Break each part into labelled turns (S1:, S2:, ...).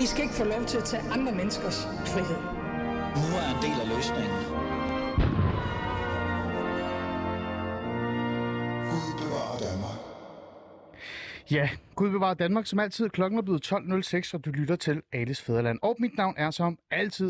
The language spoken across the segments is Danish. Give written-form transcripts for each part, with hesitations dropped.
S1: I skal ikke få lov til at tage andre menneskers frihed.
S2: Nu er en del af løsningen.
S3: Gud bevarer Danmark.
S4: Ja, Gud bevarer Danmark. Som altid, klokken er blevet 12.06, og du lytter til Alis Fædreland. Og mit navn er som altid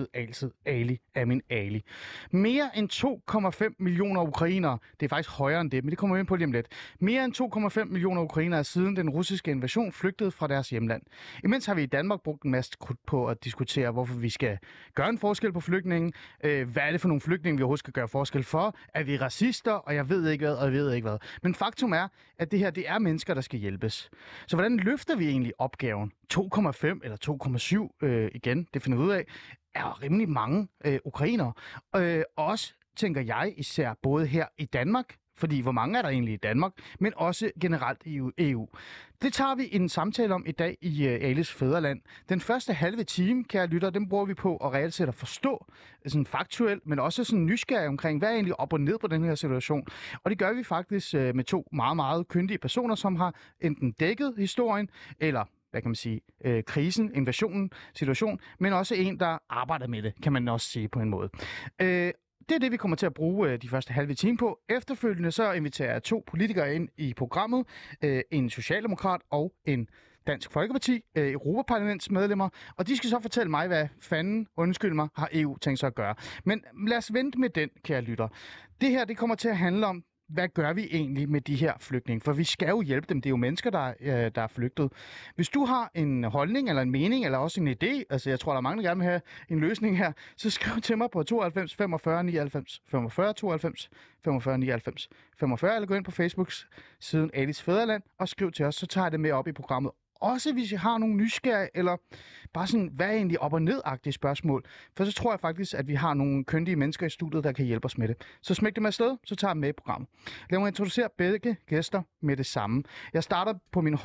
S4: Ali Amin Ali. Mere end 2,5 millioner ukrainere, det er faktisk højere end det, men det kommer vi ind på lige om lidt. Mere end 2,5 millioner ukrainere er siden den russiske invasion flygtet fra deres hjemland. Imens har vi i Danmark brugt en masse krudt på at diskutere, hvorfor vi skal gøre en forskel på flygtningen. Hvad er det for nogle flygtninge, vi overhovedet skal gøre forskel for? Er vi racister? Og jeg ved ikke hvad, Men faktum er, at det her, det er mennesker, der skal hjælpes. Så hvordan løfter vi egentlig opgaven? 2,5 eller 2,7 igen, det finder vi ud af, er rimelig mange ukrainere. Også, tænker jeg, især både her i Danmark, fordi hvor mange er der egentlig i Danmark, men også generelt i EU. Det tager vi en samtale om i dag i Alis Fædreland. Den første halve time, kære lytter, den bruger vi på at reelt set at forstå, sådan faktuelt, men også sådan nysgerrig omkring, hvad er egentlig op og ned på den her situation. Og det gør vi faktisk med to meget, meget kyndige personer, som har enten dækket historien, eller hvad kan man sige, krisen, invasionen, situation, men også en, der arbejder med det, kan man også sige på en måde. Det er det, vi kommer til at bruge de første halve time på. Efterfølgende så inviterer jeg to politikere ind i programmet. En socialdemokrat og en Dansk Folkeparti, Europaparlamentsmedlemmer. Og de skal så fortælle mig, hvad fanden, undskyld mig, har EU tænkt sig at gøre. Men lad os vente med den, kære lytter. Det her, det kommer til at handle om, hvad gør vi egentlig med de her flygtninge? For vi skal jo hjælpe dem. Det er jo mennesker, der er flygtet. Hvis du har en holdning eller en mening, eller også en idé, altså jeg tror, der er mange, der gerne vil have en løsning her, så skriv til mig på 92 45 99 45 92 45 99 45, eller gå ind på Facebooks siden Alis Fædreland og skriv til os, så tager jeg det med op i programmet. Også hvis I har nogle nysgerrige, eller bare sådan, hvad er egentlig op- og ned-agtige spørgsmål. For så tror jeg faktisk, at vi har nogle kyndige mennesker i studiet, der kan hjælpe os med det. Så smæk dem afsted, så tager jeg med i programmet. Lad mig introducere begge gæster med det samme. Jeg starter på min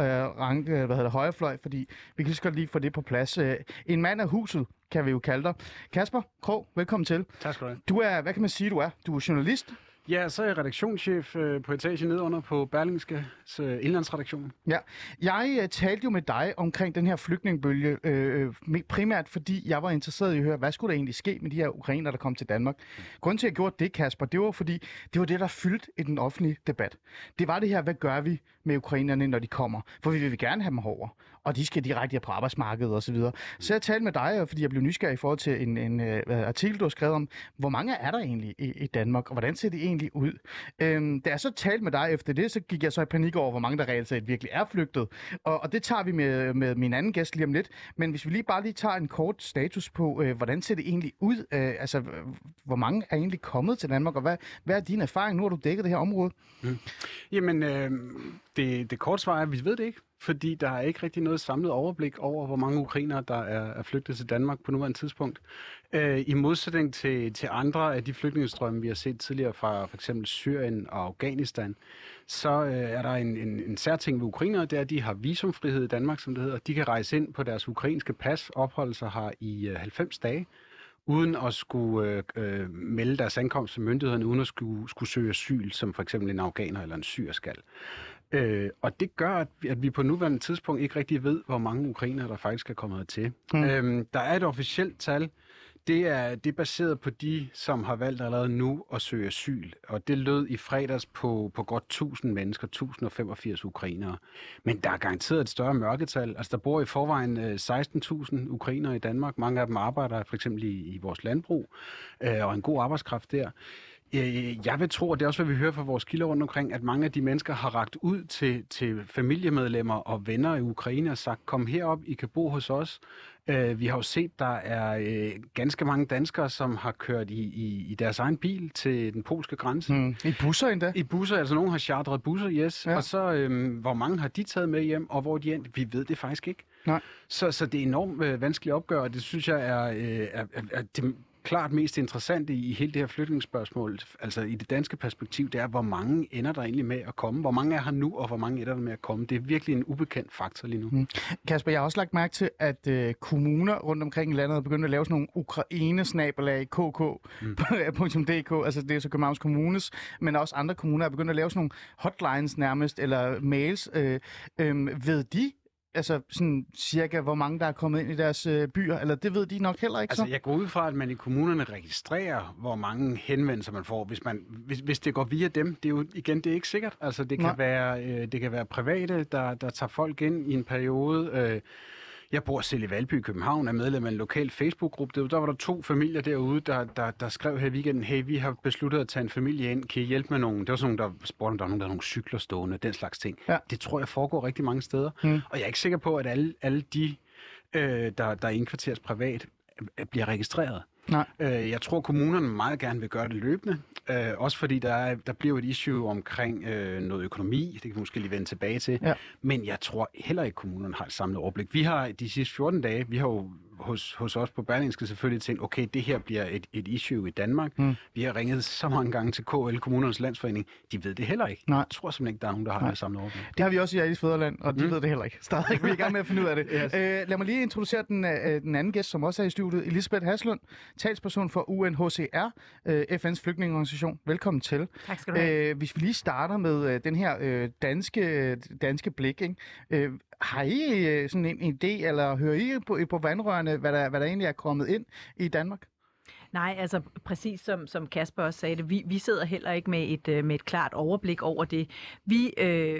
S4: højre fløj, fordi vi kan lige så godt lige få det på plads. En mand af huset, kan vi jo kalde dig. Kasper Krog, velkommen til.
S5: Tak skal du have.
S4: Du er, hvad kan man sige, du er? Du er journalist.
S5: Ja, så er jeg redaktionschef på etagen nedunder på Berlingskes indlandsredaktion.
S4: Ja, jeg talte jo med dig omkring den her flygtningebølge, primært fordi jeg var interesseret i at høre, hvad skulle der egentlig ske med de her ukrainere, der kom til Danmark. Grunden til, at jeg gjorde det, Kasper, det var fordi, det var det, der fyldte i den offentlige debat. Det var det her, hvad gør vi med ukrainerne, når de kommer? For vi vil gerne have dem herover, og de skal direkte på arbejdsmarkedet osv. Så jeg talte med dig, fordi jeg blev nysgerrig i forhold til en artikel, du har skrevet om, hvor mange er der egentlig i Danmark, og hvordan ser det egentlig ud? Da jeg så talte med dig efter det, så gik jeg så i panik over, hvor mange der reelt set virkelig er flygtet. Og det tager vi med min anden gæst lige om lidt. Men hvis vi lige tager en kort status på, hvordan ser det egentlig ud? Altså, hvor mange er egentlig kommet til Danmark, og hvad er din erfaring? Nu har du dækket det her område.
S5: Jamen, det korte svar er, at vi ved det ikke. Fordi der er ikke rigtig noget samlet overblik over, hvor mange ukrainere, der er flygtet til Danmark på nuværende tidspunkt. I modsætning til andre af de flygtningestrømme, vi har set tidligere fra f.eks. Syrien og Afghanistan, så er der en særting ved ukrainere, det er, at de har visumfrihed i Danmark, som det hedder. De kan rejse ind på deres ukrainske pas, opholde sig her i 90 dage, uden at skulle melde deres ankomst til myndighederne, uden at skulle søge asyl, som for eksempel en afghaner eller en syrer skal. Og det gør, at vi på nuværende tidspunkt ikke rigtig ved, hvor mange ukrainere, der faktisk er kommet hertil. Der er et officielt tal. Det er baseret på de, som har valgt allerede nu at søge asyl. Og det lød i fredags på godt 1000 mennesker, 1085 ukrainere. Men der er garanteret et større mørketal. Altså, der bor i forvejen 16.000 ukrainere i Danmark. Mange af dem arbejder for eksempel i vores landbrug, og en god arbejdskraft der. Jeg vil tro, og det er også, hvad vi hører fra vores kilder rundt omkring, at mange af de mennesker har rakt ud til familiemedlemmer og venner i Ukraine og sagt, kom herop, I kan bo hos os. Vi har jo set, der er ganske mange danskere, som har kørt i deres egen bil til den polske grænse.
S4: I busser endda?
S5: I busser, altså nogen har chartret busser, yes. Ja. Og så, hvor mange har de taget med hjem, og hvor de er, vi ved det faktisk ikke. Nej. Så det er enormt vanskeligt at opgøre, og det synes jeg er det klart mest interessante i hele det her flygtningsspørgsmål, altså i det danske perspektiv, det er, hvor mange ender der egentlig med at komme. Hvor mange er her nu, og hvor mange ender der med at komme. Det er virkelig en ubekendt faktor lige nu.
S4: Kasper, jeg har også lagt mærke til, at kommuner rundt omkring i landet er begyndt at lave sådan nogle ukraine-snabelag kk.dk, altså det er så Københavns Kommunes, men også andre kommuner er begyndt at lave sådan nogle hotlines nærmest, eller mails. Ved de, altså sådan cirka, hvor mange der er kommet ind i deres byer? Eller det ved de nok heller ikke så?
S5: Altså, jeg går ud fra, at man i kommunerne registrerer, hvor mange henvendelser man får, hvis det går via dem. Det er jo igen, det er ikke sikkert. Altså, det kan være private, der tager folk ind i en periode. Jeg bor selv i Valby i København, er medlem af en lokal Facebook-gruppe. Der var der 2 familier derude, der skrev her i weekenden, hey, vi har besluttet at tage en familie ind. Kan I hjælpe med nogen? Det var sådan nogle, der spurgte, om der var nogen, der havde nogle cykler stående, den slags ting. Ja. Det tror jeg foregår rigtig mange steder. Og jeg er ikke sikker på, at alle de, der indkvarteres privat, bliver registreret. Nej. Jeg tror, kommunerne meget gerne vil gøre det løbende. Også fordi der bliver et issue omkring noget økonomi. Det kan vi måske lige vende tilbage til. Ja. Men jeg tror heller ikke, kommunerne har et samlet overblik. Vi har de sidste 14 dage, vi har jo hos os på Berlingske selvfølgelig tænkt, okay, det her bliver et issue i Danmark. Vi har ringet så mange gange til KL, Kommunernes Landsforening. De ved det heller ikke. Nej. Jeg tror simpelthen ikke, der er nogen, der har et samlet overblik.
S4: Det har vi også i Alis Fædreland, og de ved det heller ikke. Stadig. Vi er i gang med at finde ud af det. Yes. Lad mig lige introducere den anden gæst, som også er i studiet. Elisabeth Haslund, talsperson for UNHCR, FN's flygtningeorganisation. Velkommen til.
S6: Tak skal du have.
S4: Hvis vi lige starter med den her danske blik, ikke? Har I sådan en idé, eller hører I på vandrørene, hvad der egentlig er kommet ind i Danmark?
S6: Nej, altså præcis som Kasper også sagde det, vi sidder heller ikke med et klart overblik over det. Vi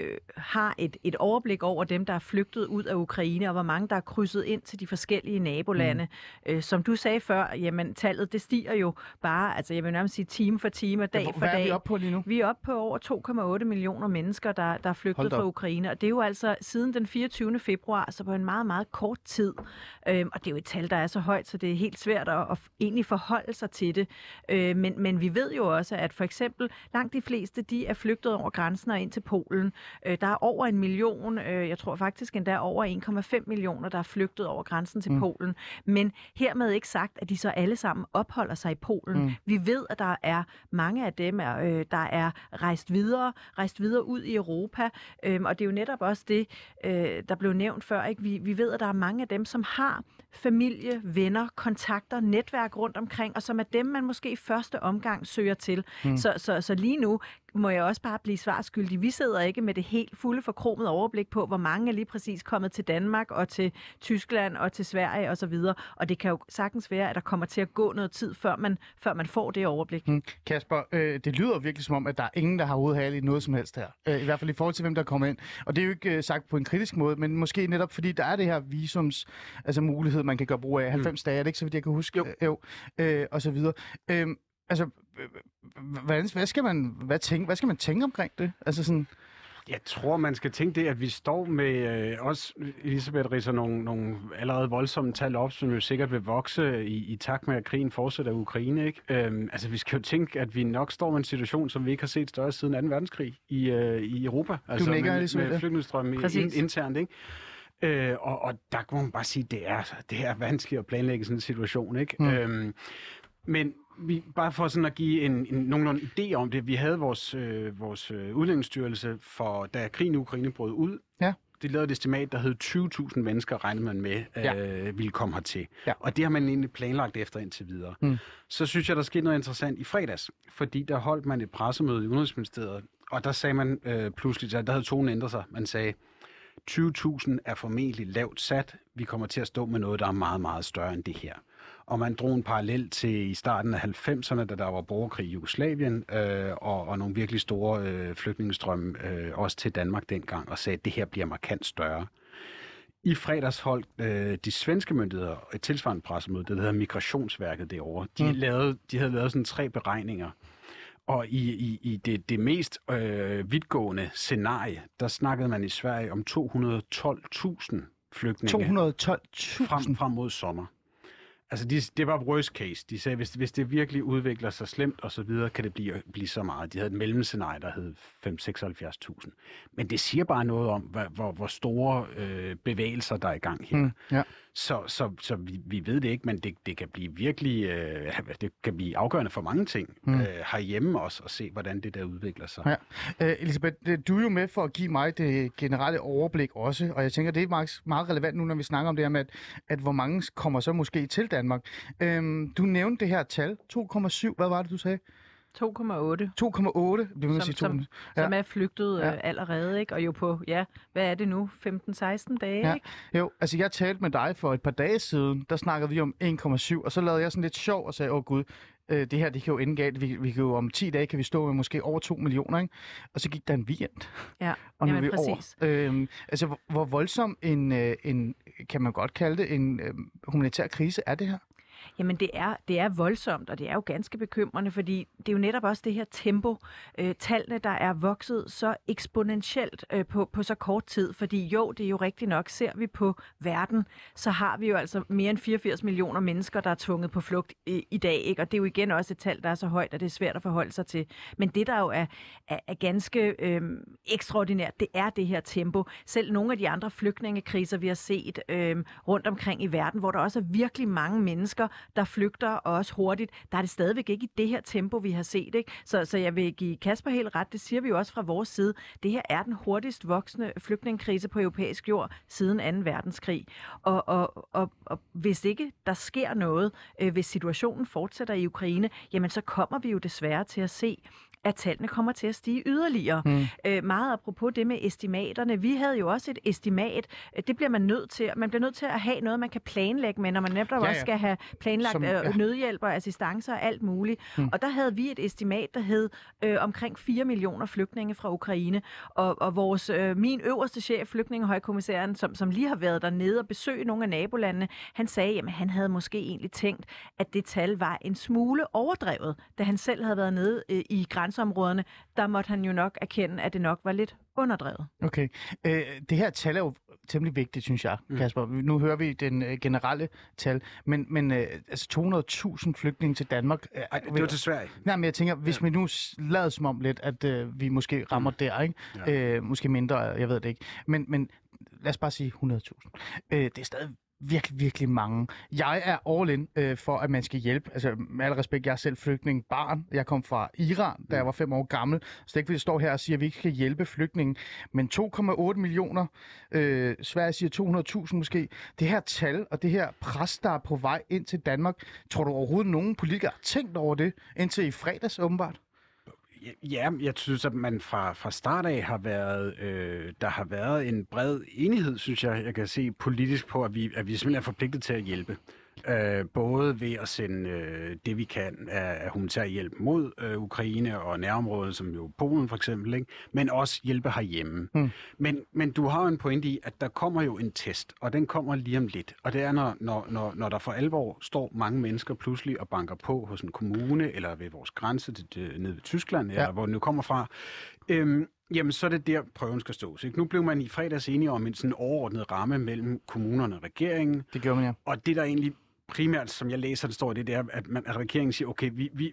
S6: har et overblik over dem, der er flygtet ud af Ukraine, og hvor mange der er krydset ind til de forskellige nabolande. Som du sagde før, jamen tallet det stiger jo bare, altså jeg vil nærmest sige time for time og dag for dag.
S4: Hvad er vi oppe på lige nu?
S6: Vi er oppe på over 2,8 millioner mennesker, der er flygtet fra Ukraine, og det er jo altså siden den 24. februar, så på en meget, meget kort tid. Og det er jo et tal, der er så højt, så det er helt svært at egentlig forholde sig til det. Men vi ved jo også, at for eksempel langt de fleste, de er flygtet over grænsen og ind til Polen. Der er over 1 million, jeg tror faktisk endda over 1,5 millioner, der er flygtet over grænsen til Polen. Men hermed ikke sagt, at de så alle sammen opholder sig i Polen. Vi ved, at der er mange af dem, der er rejst videre ud i Europa. Og det er jo netop også det, der blev nævnt før. Ikke? Vi ved, at der er mange af dem, som har familie, venner, kontakter, netværk rundt omkring, og som er dem, man måske i første omgang søger til. Så lige nu må jeg også bare blive svarskyldig. Vi sidder ikke med det helt fulde forkromede overblik på, hvor mange er lige præcis kommet til Danmark og til Tyskland og til Sverige osv. Og det kan jo sagtens være, at der kommer til at gå noget tid, før man får det overblik.
S4: Kasper, det lyder virkelig som om, at der er ingen, der har hovedhale i noget som helst her. I hvert fald i forhold til, hvem der kommer ind. Og det er jo ikke sagt på en kritisk måde, men måske netop fordi, der er det her visums mulighed, man kan gøre brug af. 90 dage, er det ikke så vidt jeg kan huske? Jo. Og så videre. Hvad skal man tænke omkring det? Altså sådan...
S5: Jeg tror, man skal tænke det, at vi står med også, Elisabeth ridser nogle allerede voldsomme tal op, som jo sikkert vil vokse i takt med, at krigen fortsætter i Ukraine. Ikke? Altså, vi skal jo tænke, at vi nok står med en situation, som vi ikke har set større siden 2. verdenskrig i Europa. Altså med flygtningestrømme internt, ikke? Og der kan man bare sige, at det er vanskeligt at planlægge sådan en situation, ikke? Men bare for sådan at give en nogenlunde idé om det, vi havde vores udlændingsstyrelse da krigen i Ukraine brød ud. Ja. De lavede et estimat, der hed 20.000 mennesker, regnede man med, ville komme hertil. Ja. Og det har man egentlig planlagt efter indtil videre. Så synes jeg, der skete noget interessant i fredags, fordi der holdt man et pressemøde i Udenrigsministeriet, og der sagde man pludselig, der havde tonen ændret sig, man sagde, 20.000 er formentlig lavt sat. Vi kommer til at stå med noget, der er meget, meget større end det her. Og man drog en parallel til i starten af 90'erne, da der var borgerkrig i Jugoslavien, og nogle virkelig store flygtningestrømme også til Danmark dengang, og sagde, at det her bliver markant større. I fredags holdt de svenske myndigheder et tilsvarende pressemøde, det hedder Migrationsverket derovre. De havde lavet sådan 3 beregninger. Og i det mest vidtgående scenarie, der snakkede man i Sverige om 212.000 flygtninge 212.000 frem mod sommer. Altså, det var worst case. De sagde, hvis det virkelig udvikler sig slemt og så videre, kan det blive så meget. De havde et mellemscenarie, der hed 76.000. Men det siger bare noget om, hvor store bevægelser, der er i gang her. Ja. Så vi ved det ikke, men det kan blive virkelig det kan blive afgørende for mange ting herhjemme også, og se, hvordan det der udvikler sig. Ja.
S4: Elisabeth, du er jo med for at give mig det generelle overblik også, og jeg tænker, det er meget relevant nu, når vi snakker om det her med, at hvor mange kommer så måske til Danmark. Du nævnte det her tal, 2,7, hvad var det, du sagde?
S6: 2,8.
S4: Det vil man sige 2.
S6: Som er flygtet allerede, ikke? Og jo på, hvad er det nu? 15-16 dage,
S4: ja.
S6: ikke?
S4: Jo, altså jeg talte med dig for et par dage siden, der snakkede vi om 1,7, og så lavede jeg sådan lidt sjov og sagde, gud, det her, det kan jo ende galt. Vi kan jo om 10 dage, kan vi stå med måske over 2 millioner, ikke? Og så gik der en weekend.
S6: Ja,
S4: og nu
S6: jamen,
S4: er vi
S6: præcis.
S4: over. Altså, hvor voldsom en, kan man godt kalde det, en humanitær krise er det her?
S6: Jamen, det er voldsomt, og det er jo ganske bekymrende, fordi det er jo netop også det her tempo, tallene, der er vokset så eksponentielt på så kort tid, fordi jo, det er jo rigtigt nok, ser vi på verden, så har vi jo altså mere end 84 millioner mennesker, der er tvunget på flugt i dag, ikke? Og det er jo igen også et tal, der er så højt, at det er svært at forholde sig til. Men det, der jo er ganske ekstraordinært, det er det her tempo. Selv nogle af de andre flygtningekriser, vi har set rundt omkring i verden, hvor der også er virkelig mange mennesker, der flygter og også hurtigt, der er det stadigvæk ikke i det her tempo, vi har set, ikke? Så jeg vil give Kasper helt ret, det siger vi jo også fra vores side. Det her er den hurtigst voksende flygtningekrise på europæisk jord siden 2. verdenskrig. Og hvis ikke der sker noget, hvis situationen fortsætter i Ukraine, jamen så kommer vi jo desværre til at se, at tallene kommer til at stige yderligere. Meget apropos det med estimaterne. Vi havde jo også et estimat. Det bliver man nødt til. Man bliver nødt til at have noget, man kan planlægge med, når man netop også skal have planlagt nødhjælp og assistance og alt muligt. Og der havde vi et estimat, der hed omkring 4 millioner flygtninge fra Ukraine. Og min øverste chef, flygtningehøjkommissæren, som lige har været dernede og besøgt nogle af nabolandene, han sagde, at han havde måske egentlig tænkt, at det tal var en smule overdrevet, da han selv havde været nede i grænseområderne. Der måtte han jo nok erkende, at det nok var lidt underdrevet. Okay.
S4: Det her tal er jo temmelig vigtigt, synes jeg, Kasper. Nu hører vi den generelle tal, men altså 200.000 flygtninge til Danmark.
S5: Det var til Sverige.
S4: Nej, men jeg tænker, hvis vi nu lader som om lidt, at vi måske rammer der, ikke? Ja. Måske mindre, jeg ved det ikke. Men lad os bare sige 100.000. Det er stadig virkelig, virkelig mange. Jeg er all in for, at man skal hjælpe. Altså, med al respekt, jeg er selv flygtning barn. Jeg kom fra Iran, da jeg var 5 år gammel. Så det er ikke, fordi jeg står her og siger, at vi ikke skal hjælpe flygtninge. Men 2,8 millioner, Sverige siger 200.000 måske. Det her tal og det her pres, der er på vej ind til Danmark, tror du overhovedet, nogen politikere har tænkt over det indtil i fredags, åbenbart?
S5: Ja, jeg synes, at man fra start af har været, der har været en bred enighed, synes jeg kan se politisk på, at vi simpelthen er forpligtet til at hjælpe. Både ved at sende det, vi kan af humanitær hjælp mod Ukraine og nærområdet, som jo Polen for eksempel, ikke? Men også hjælpe herhjemme. Men du har jo en pointe i, at der kommer jo en test, og den kommer lige om lidt. Og det er, når der for alvor står mange mennesker pludselig og banker på hos en kommune, eller ved vores grænse nede ved Tyskland, eller hvor den nu kommer fra, jamen, så er det der, prøven skal stås. Ikke? Nu blev man i fredags enige om en sådan overordnet ramme mellem kommunerne og regeringen.
S4: Det gjorde man, ja.
S5: Og det, der egentlig primært, som jeg læser, det står i det, er, at regeringen siger, okay,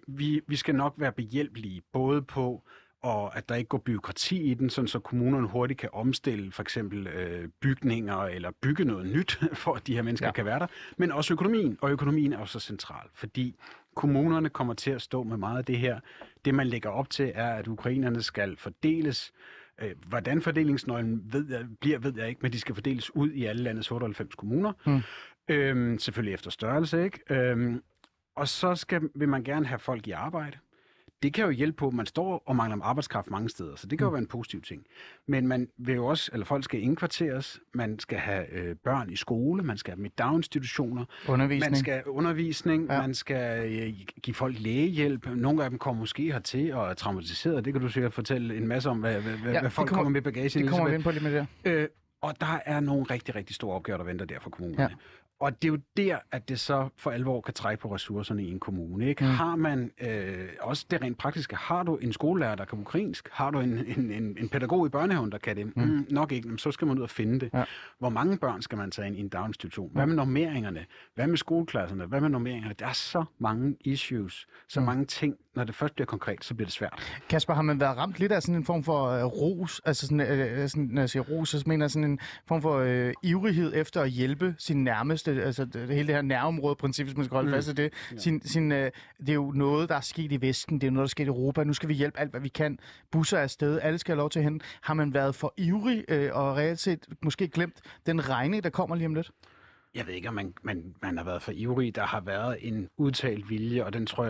S5: vi skal nok være behjælpelige, både på, og at der ikke går bureaukrati i den, sådan så kommunerne hurtigt kan omstille for eksempel bygninger eller bygge noget nyt, for at de her mennesker kan være der, men også økonomien. Og økonomien er jo så central, fordi kommunerne kommer til at stå med meget af det her. Det, man lægger op til, er, at ukrainerne skal fordeles. Hvordan fordelingsnøglen ved jeg ikke, men de skal fordeles ud i alle landets 98 kommuner. Selvfølgelig efter størrelse, ikke? Og så vil man gerne have folk i arbejde. Det kan jo hjælpe på, at man står og mangler arbejdskraft mange steder, så det kan jo være en positiv ting. Men man vil jo også, eller folk skal indkvarteres, man skal have børn i skole, man skal have dem i daginstitutioner, man skal undervisning, man skal give folk lægehjælp. Nogle af dem kommer måske hertil og er traumatiseret. Det kan du sikkert fortælle en masse om, hvad folk kommer med bagagen.
S4: Det kommer vi ind på lige med det.
S5: Og der er nogle rigtig, rigtig store opgaver, der venter der for kommunerne. Ja. Og det er jo der, at det så for alvor kan trække på ressourcerne i en kommune. Ikke? Har man også det rent praktiske, har du en skolelærer, der kan ukrainsk? Har du en pædagog i børnehaven, der kan det? Nok ikke, men så skal man ud og finde det. Ja. Hvor mange børn skal man tage ind i en daginstitution? Hvad med normeringerne? Hvad med skoleklasserne? Hvad med normeringerne? Der er så mange issues, så mange ting. Når det først bliver konkret, så bliver det svært.
S4: Kasper, har man været ramt lidt af sådan en form for ros? Altså sådan, når jeg siger ros, så mener jeg sådan en form for ivrighed efter at hjælpe sin nærmeste, altså hele det her nærområde-princip, hvis man skal holde fast i det. Ja. Det er jo noget, der er sket i Vesten, det er noget, der er sket i Europa. Nu skal vi hjælpe alt, hvad vi kan. Busser er afsted, alle skal have lov til at hente. Har man været for ivrig og reelt set måske glemt den regning, der kommer lige om lidt?
S5: Jeg ved ikke, om man har været for ivrig. Der har været en udtalt vilje, og den tror jeg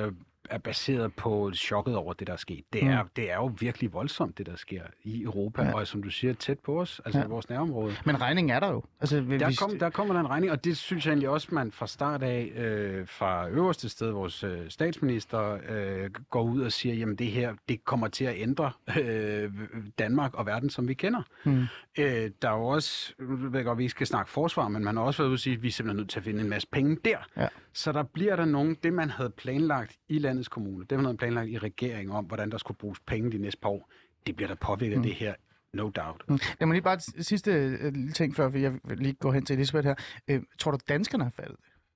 S5: er baseret på chokket over det, der er sket. Det er jo virkelig voldsomt, det der sker i Europa, og som du siger, tæt på os, altså i vores nærområde.
S4: Men regningen er der jo. Altså,
S5: der kommer der en regning, og det synes jeg egentlig også, man fra start af, fra øverste sted, vores statsminister går ud og siger, jamen det her, det kommer til at ændre Danmark og verden, som vi kender. Der er jo også, jeg ved godt, vi skal snakke forsvar, men man har også været ude at sige, at vi er simpelthen nødt til at finde en masse penge der. Ja. Så der bliver der nogen, det man havde planlagt i landets kommune, det man havde planlagt i regeringen om, hvordan der skulle bruges penge de næste par år, det bliver der påvirket af det her, no doubt.
S4: Jeg må lige bare sidste ting, før jeg lige går hen til Elisabeth her. Tror du, danskerne har fattet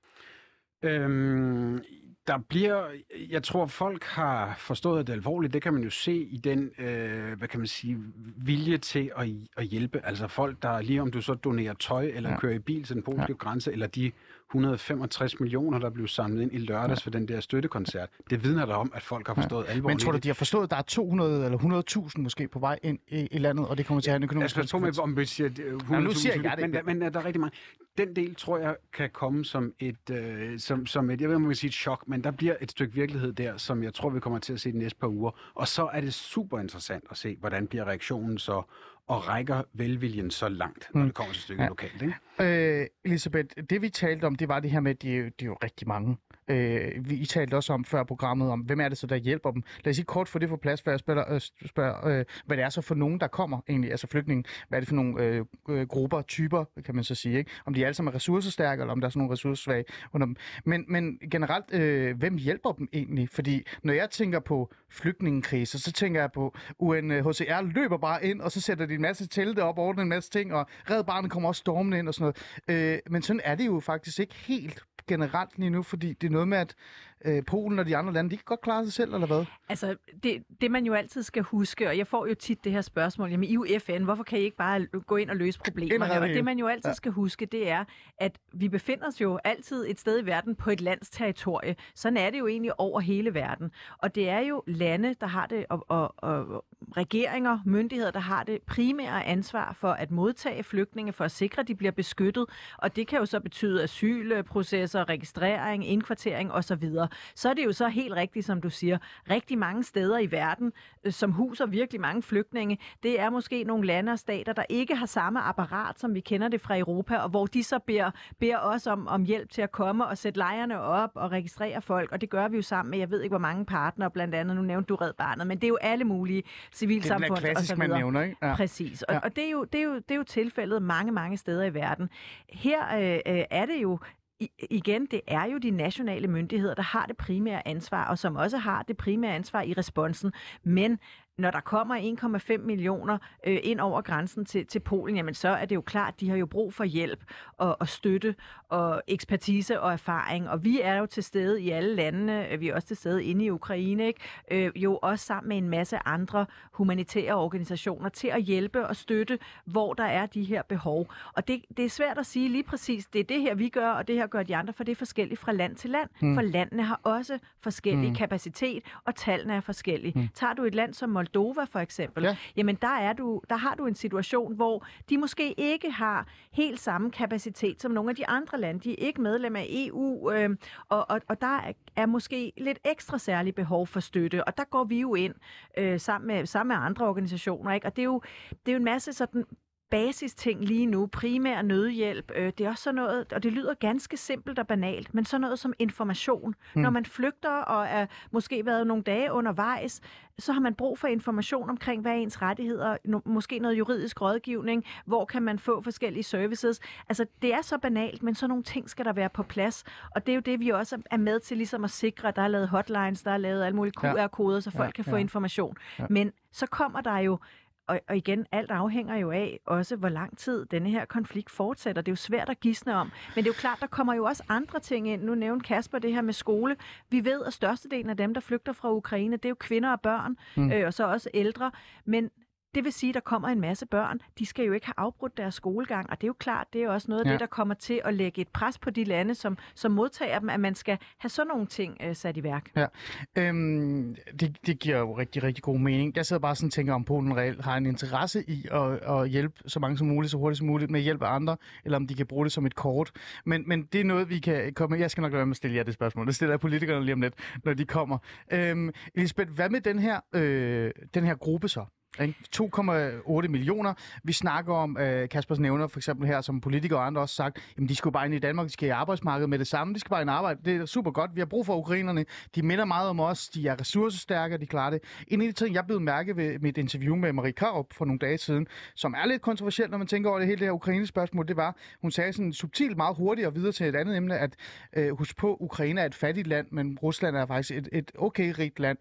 S4: det?
S5: Jeg tror, folk har forstået, at det er alvorligt. Det kan man jo se i den, vilje til at hjælpe. Altså folk, der lige om du så donerer tøj, eller kører i bil til den polske grænse, eller de 165 millioner, der blev samlet ind i lørdags for den der støttekoncert. Det vidner der om, at folk har forstået alvoren.
S4: Men tror du, de har forstået, at der er 200 eller 100.000 måske på vej ind i landet, og det kommer til at have en økonomisk konsekvens?
S5: Om vi siger 100.000, men der er rigtig mange. Den del, tror jeg, kan komme som et, jeg ved ikke, om man kan sige et chok, men der bliver et stykke virkelighed der, som jeg tror, vi kommer til at se de næste par uger. Og så er det super interessant at se, hvordan bliver reaktionen så, og rækker velviljen så langt, når det kommer til stykket lokalt, ikke?
S4: Elisabeth, det vi talte om, det var det her med, at de er jo rigtig mange. Vi talte også om før programmet, om hvem er det så, der hjælper dem. Lad os sige kort få det på plads, før jeg spørger, hvad det er så for nogen, der kommer egentlig, altså flygtninge. Hvad er det for nogle grupper, typer, kan man så sige, ikke? Om de alle sammen er ressourcestærke, eller om der er sådan nogle ressourcesvage under dem. Men generelt, hvem hjælper dem egentlig? Fordi når jeg tænker på flygtningekriser, så tænker jeg på UNHCR løber bare ind, og så sætter de en masse telte op, ordner en masse ting, og Red Barnet kommer også stormende ind og sådan noget. Men sådan er det jo faktisk ikke helt generelt lige nu, fordi det er noget med, at Polen og de andre lande, de kan godt klare sig selv, eller hvad?
S6: Altså, det man jo altid skal huske, og jeg får jo tit det her spørgsmål, jamen I er jo FN, hvorfor kan I ikke bare gå ind og løse problemerne? Og det man jo altid skal huske, det er, at vi befinder os jo altid et sted i verden på et lands territorie. Sådan er det jo egentlig over hele verden. Og det er jo lande, der har det, og regeringer, myndigheder, der har det primære ansvar for at modtage flygtninge, for at sikre, at de bliver beskyttet. Og det kan jo så betyde asylprocesser, registrering, indkvartering osv. Så er det jo så helt rigtigt, som du siger, rigtig mange steder i verden, som huser virkelig mange flygtninge. Det er måske nogle lande og stater, der ikke har samme apparat, som vi kender det fra Europa, og hvor de så beder os om hjælp til at komme og sætte lejrene op og registrere folk. Og det gør vi jo sammen med, jeg ved ikke, hvor mange partnere, blandt andet, nu nævnte du Red Barnet, men det er jo alle mulige civilsamfund og så videre. Det er klassisk, man
S4: nævner, ikke? Ja.
S6: Præcis. Og det er jo tilfældet mange steder i verden. Her er det jo igen, det er jo de nationale myndigheder, der har det primære ansvar, og som også har det primære ansvar i responsen. Men når der kommer 1,5 millioner ind over grænsen til Polen, jamen så er det jo klart, de har jo brug for hjælp og støtte og ekspertise og erfaring. Og vi er jo til stede i alle landene. Vi er også til stede inde i Ukraine, ikke? Jo også sammen med en masse andre humanitære organisationer til at hjælpe og støtte, hvor der er de her behov. Og det er svært at sige lige præcis, det er det her, vi gør, og det her gør de andre, for det er forskelligt fra land til land. For landene har også forskellig kapacitet, og tallene er forskellige. Tager du et land som Moldova for eksempel, jamen der har du en situation, hvor de måske ikke har helt samme kapacitet som nogle af de andre lande. De er ikke medlem af EU, og der er måske lidt ekstra særlig behov for støtte, og der går vi jo ind sammen med andre organisationer, ikke? Og det er jo en masse sådan basisting lige nu, primær nødhjælp, det er også sådan noget, og det lyder ganske simpelt og banalt, men sådan noget som information. Når man flygter og er måske været nogle dage undervejs, så har man brug for information omkring, hvad er ens rettigheder, måske noget juridisk rådgivning, hvor kan man få forskellige services. Altså, det er så banalt, men sådan nogle ting skal der være på plads, og det er jo det, vi også er med til ligesom at sikre, at der er lavet hotlines, der er lavet alle mulige QR-koder, så folk kan få information. Men så kommer der jo og igen, alt afhænger jo af også, hvor lang tid denne her konflikt fortsætter. Det er jo svært at gisne om. Men det er jo klart, der kommer jo også andre ting ind. Nu nævnte Kasper det her med skole. Vi ved, at størstedelen af dem, der flygter fra Ukraine, det er jo kvinder og børn, og så også ældre. Men det vil sige, at der kommer en masse børn. De skal jo ikke have afbrudt deres skolegang, og det er jo klart, det er også noget af det, der kommer til at lægge et pres på de lande, som modtager dem, at man skal have sådan nogle ting sat i værk.
S4: Ja, det giver jo rigtig, rigtig god mening. Jeg sidder bare sådan og tænker, om Polen reelt har en interesse i at hjælpe så mange som muligt, så hurtigt som muligt med hjælp af andre, eller om de kan bruge det som et kort. Men det er noget, vi kan komme. Jeg skal nok lade være med at stille jer det spørgsmål. Det stiller jeg politikerne lige om lidt, når de kommer. Elisabeth, hvad med den her gruppe så? 2,8 millioner. Vi snakker om, Kaspers nævner for eksempel her, som politikere og andre også sagt, jamen de skal bare ind i Danmark, de skal i arbejdsmarkedet med det samme, de skal bare ind og arbejde. Det er super godt. Vi har brug for ukrainerne. De minder meget om os. De er ressourcestærke, de klarer det. En af de ting, jeg blev mærke ved mit interview med Marie Krarup for nogle dage siden, som er lidt kontroversielt, når man tænker over det hele det her Ukraine-spørgsmål, det var, hun sagde sådan subtilt meget hurtigt og videre til et andet emne, at husk på, Ukraine er et fattigt land, men Rusland er faktisk et okay rigt land.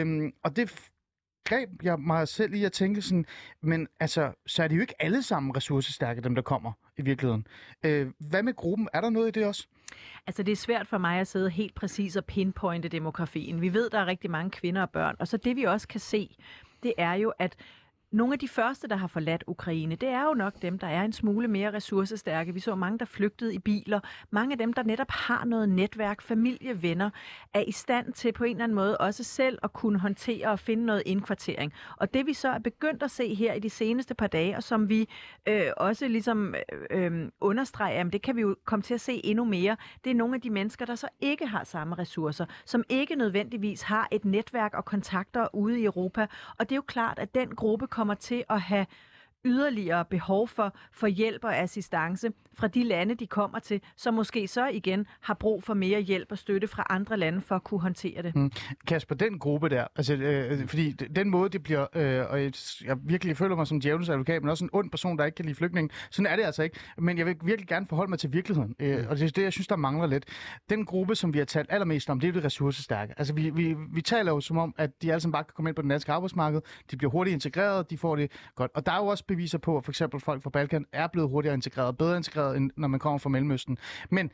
S4: Og det greb jeg mig selv i at tænke sådan, men altså, så er det jo ikke alle sammen ressourcestærke, dem der kommer i virkeligheden. Hvad med gruppen? Er der noget i det også?
S6: Altså, det er svært for mig at sidde helt præcis og pinpointe demografien. Vi ved, der er rigtig mange kvinder og børn, og så det vi også kan se, det er jo, at nogle af de første, der har forladt Ukraine, det er jo nok dem, der er en smule mere ressourcestærke. Vi så mange, der flygtede i biler. Mange af dem, der netop har noget netværk, familie, venner, er i stand til på en eller anden måde også selv at kunne håndtere og finde noget indkvartering. Og det vi så er begyndt at se her i de seneste par dage, og som vi også ligesom understreger, jamen det kan vi jo komme til at se endnu mere, det er nogle af de mennesker, der så ikke har samme ressourcer, som ikke nødvendigvis har et netværk og kontakter ude i Europa. Og det er jo klart, at den gruppe kommer til at have yderligere behov for hjælp og assistance fra de lande, de kommer til, som måske så igen har brug for mere hjælp og støtte fra andre lande for at kunne håndtere det.
S4: Kasper, den gruppe der, altså, fordi den måde, det bliver, og jeg virkelig føler mig som djævelens advokat, men også en ond person, der ikke kan lide flygtninge. Sådan er det altså ikke. Men jeg vil virkelig gerne forholde mig til virkeligheden, og det er det, jeg synes, der mangler lidt. Den gruppe, som vi har talt allermest om, det er det ressourcestærke. Altså, vi taler jo som om, at de alle sammen bare kan komme ind på det danske arbejdsmarked, de bliver hurtigt integreret, de får det godt. Og der er jo også beviser på, at for eksempel folk fra Balkan er blevet hurtigere integreret, bedre integreret, end når man kommer fra Mellemøsten. Men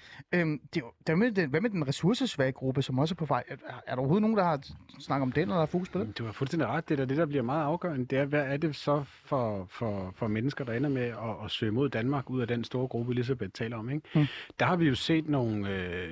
S4: hvad med den ressourcesvage gruppe, som også er på vej? Er der overhovedet nogen, der har snakket om den, eller har fokus på det?
S5: Du har fuldstændig ret. Det der bliver meget afgørende. Det er, hvad er det så for mennesker, der ender med at søge mod Danmark ud af den store gruppe, Elisabeth taler om, ikke? Der har vi jo set nogle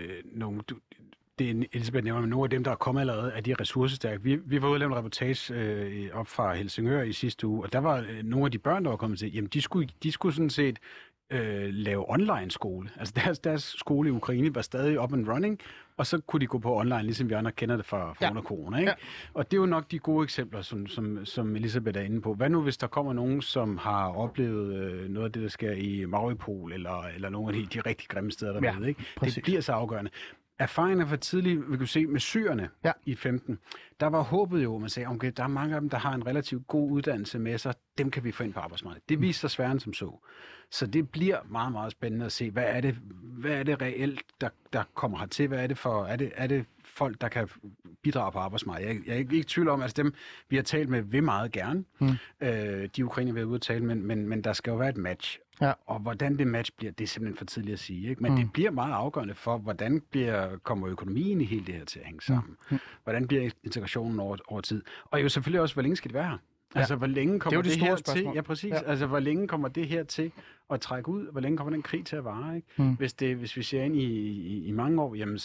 S5: det Elisabeth nævner, nogle af dem, der er kommet allerede, er de ressourcestærke. Vi var ude og lave en reportage op fra Helsingør i sidste uge, og der var nogle af de børn, der var kommet til, jamen de skulle sådan set lave online skole. Altså deres skole i Ukraine var stadig up and running, og så kunne de gå på online, ligesom vi andre kender det fra under corona. Ikke? Ja. Og det er jo nok de gode eksempler, som Elisabeth er inde på. Hvad nu, hvis der kommer nogen, som har oplevet noget af det, der sker i Mariupol, eller nogle af de rigtig grimme steder dernede? Ikke? Det bliver så afgørende. Erfaringerne fra tidligt, vi kunne se med syrerne i 15, der var håbet jo, man sagde, okay, der er mange af dem, der har en relativt god uddannelse med sig, dem kan vi få ind på arbejdsmarkedet. Det viser sig sværere som så. Så det bliver meget, meget spændende at se, hvad er det reelt, der kommer hertil? Hvad er det for, er det folk, der kan bidrage på arbejdsmarkedet? Jeg er ikke i tvivl om, at dem, vi har talt med, vil meget gerne. De ukrainer, vi har ude at tale, men der skal jo være et match. Ja. Og hvordan det match bliver, det er simpelthen for tidligt at sige. Ikke? Men det bliver meget afgørende for, hvordan kommer økonomien i hele det her til at hænge sammen? Hvordan bliver integrationen over tid? Og jo selvfølgelig også, hvor længe skal det være her? Ja. Altså, hvor længe kommer det her til? Ja, præcis. Ja. Altså, hvor længe kommer det her til at trække ud? Hvor længe kommer den krig til at vare? Ikke? Hvis vi ser ind i mange år, jamen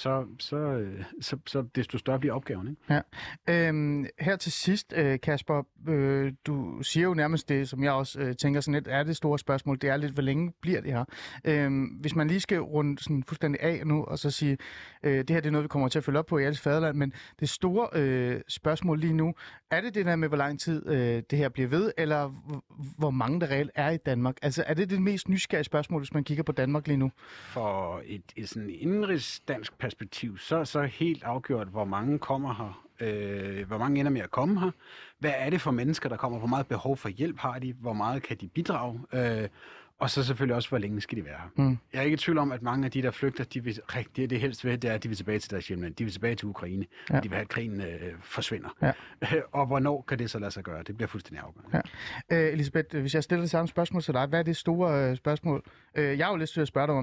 S5: så desto større bliver opgaven. Ikke?
S4: Ja. Her til sidst, Kasper, du siger jo nærmest det, som jeg også tænker sådan lidt, er det store spørgsmål. Det er lidt, hvor længe bliver det her? Hvis man lige skal runde sådan fuldstændig af nu, og så sige, det her det er noget, vi kommer til at følge op på i Ales Faderland, men det store spørgsmål lige nu, er det der med, hvor lang tid det her bliver ved, eller hvor mange der reelt er i Danmark? Altså, er det mest nysgerrige spørgsmål, hvis man kigger på Danmark lige nu?
S5: For et sådan indrigs dansk perspektiv, så helt afgjort, hvor mange kommer her. Hvor mange ender med at komme her? Hvad er det for mennesker, der kommer? Hvor meget behov for hjælp har de? Hvor meget kan de bidrage? Og så selvfølgelig også, hvor længe skal de være her. Jeg er ikke i tvivl om, at mange af de, der flygter, det helst ved, det er, at de vil tilbage til deres hjemland. De vil tilbage til Ukraine. Ja. De vil have, at krigen forsvinder. Ja. Og hvornår kan det så lade sig gøre? Det bliver fuldstændig afgørende.
S4: Ja. Elisabeth, hvis jeg stiller det samme spørgsmål til dig, hvad er det store spørgsmål? Jeg har jo lyst til at spørge dig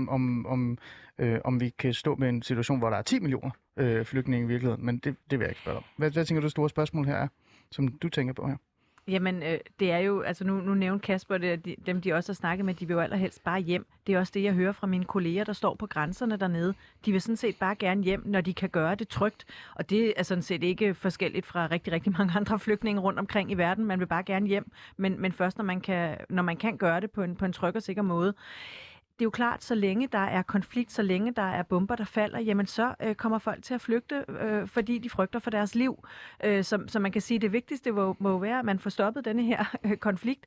S4: om vi kan stå med en situation, hvor der er 10 millioner flygtninge i virkeligheden, men det vil jeg ikke spørge om. Hvad tænker du, det store spørgsmål her er, som du tænker på her?
S6: Jamen, det er jo, altså nu nævnte Kasper, dem de også har snakket med, de vil jo allerhelst bare hjem. Det er også det, jeg hører fra mine kolleger, der står på grænserne dernede. De vil sådan set bare gerne hjem, når de kan gøre det trygt. Og det er sådan set ikke forskelligt fra rigtig, rigtig mange andre flygtninge rundt omkring i verden. Man vil bare gerne hjem, men først når man kan gøre det på en tryg og sikker måde. Det er jo klart, så længe der er konflikt, så længe der er bomber, der falder, jamen så kommer folk til at flygte, fordi de frygter for deres liv. Så man kan sige, at det vigtigste må være, at man får stoppet denne her konflikt.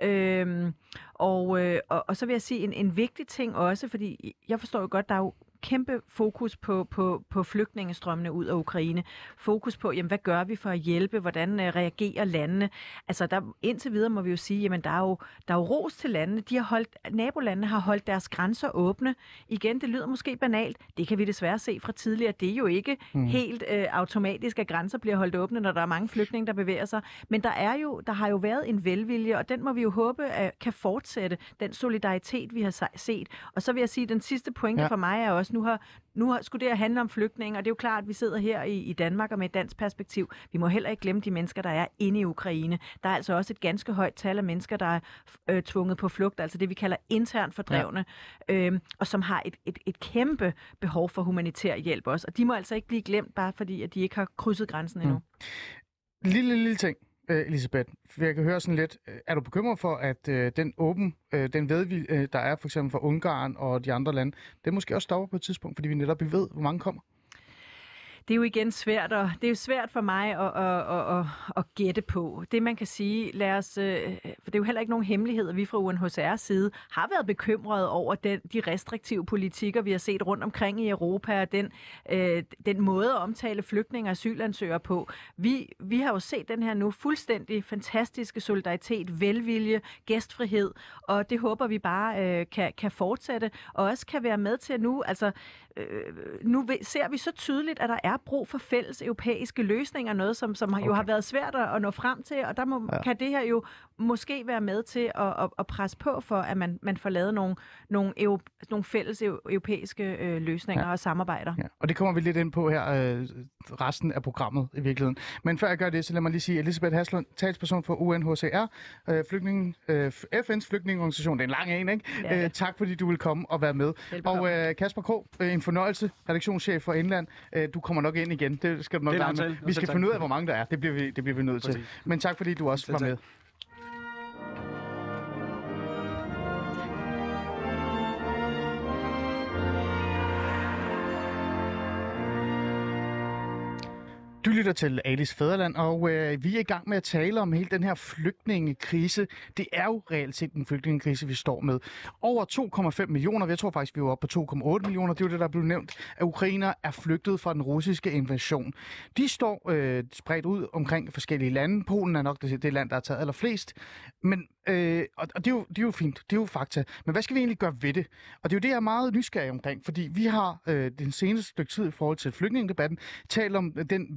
S6: Og så vil jeg sige en vigtig ting også, fordi jeg forstår jo godt, der er jo kæmpe fokus på flygtningestrømmene ud af Ukraine. Fokus på, jamen, hvad gør vi for at hjælpe? Hvordan reagerer landene? Altså, indtil videre må vi jo sige, jamen, der er jo ros til landene. Nabolandene har holdt deres grænser åbne. Igen, det lyder måske banalt. Det kan vi desværre se fra tidligere. Det er jo ikke helt automatisk, at grænser bliver holdt åbne, når der er mange flygtninge, der bevæger sig. Men der har jo været en velvilje, og den må vi jo håbe kan fortsætte. Den solidaritet, vi har set. Og så vil jeg sige, at den sidste pointe for mig er også, nu skulle det handle om flygtninge, og det er jo klart, at vi sidder her i Danmark og med et dansk perspektiv. Vi må heller ikke glemme de mennesker, der er inde i Ukraine. Der er altså også et ganske højt tal af mennesker, der er tvunget på flugt, altså det, vi kalder internt fordrevne, og som har et kæmpe behov for humanitær hjælp også. Og de må altså ikke blive glemt, bare fordi at de ikke har krydset grænsen endnu.
S4: Lille ting. Elisabeth, jeg kan høre sådan lidt, er du bekymret for, at den vedvilje, der er for eksempel fra Ungarn og de andre lande, det måske også stopper på et tidspunkt, fordi vi netop ved, hvor mange kommer?
S6: Det er jo igen svært, og det er jo svært for mig at gætte på. Det man kan sige, for det er jo heller ikke nogen hemmelighed, at vi fra UNHCR's side har været bekymrede over de restriktive politikker, vi har set rundt omkring i Europa, og den måde at omtale flygtninge og asylansøgere på. Vi har jo set den her nu fuldstændig fantastiske solidaritet, velvilje, gæstfrihed, og det håber vi bare kan fortsætte, og også kan være med til at nu ser vi så tydeligt, at der er brug for fælles europæiske løsninger, noget som jo har været svært at nå frem til, og der kan det her jo måske være med til at presse på for, at man får lavet nogle fælles europæiske løsninger og samarbejder. Ja. Og
S4: det kommer vi lidt ind på her, resten af programmet i virkeligheden. Men før jeg gør det, så lad mig lige sige, Elisabeth Haslund, talsperson for UNHCR, FN's flygtningeorganisation, det er en lang en, ikke? Ja. Tak fordi du vil komme og være med. Velbekomme. Og Kasper Krog, en fornøjelse, redaktionschef for Indland. Du kommer nok ind igen, det skal du nok lade med. Vi skal finde ud af, hvor mange der er, det bliver vi nødt til. Men tak fordi du også var med. Du lytter til Alis Fædreland, og vi er i gang med at tale om hele den her flygtningekrise. Det er jo reelt set en flygtningekrise, vi står med. Over 2,5 millioner, jeg tror faktisk, vi var oppe på 2,8 millioner, det er jo det, der blev nævnt, af ukrainere er flygtet fra den russiske invasion. De står spredt ud omkring forskellige lande. Polen er nok det land, der har taget allerflest. Men, og det er jo fint, det er jo fakta. Men hvad skal vi egentlig gøre ved det? Og det er jo det, jeg er meget nysgerrig omkring, fordi vi har den seneste stykke tid i forhold til flygtningedebatten talt om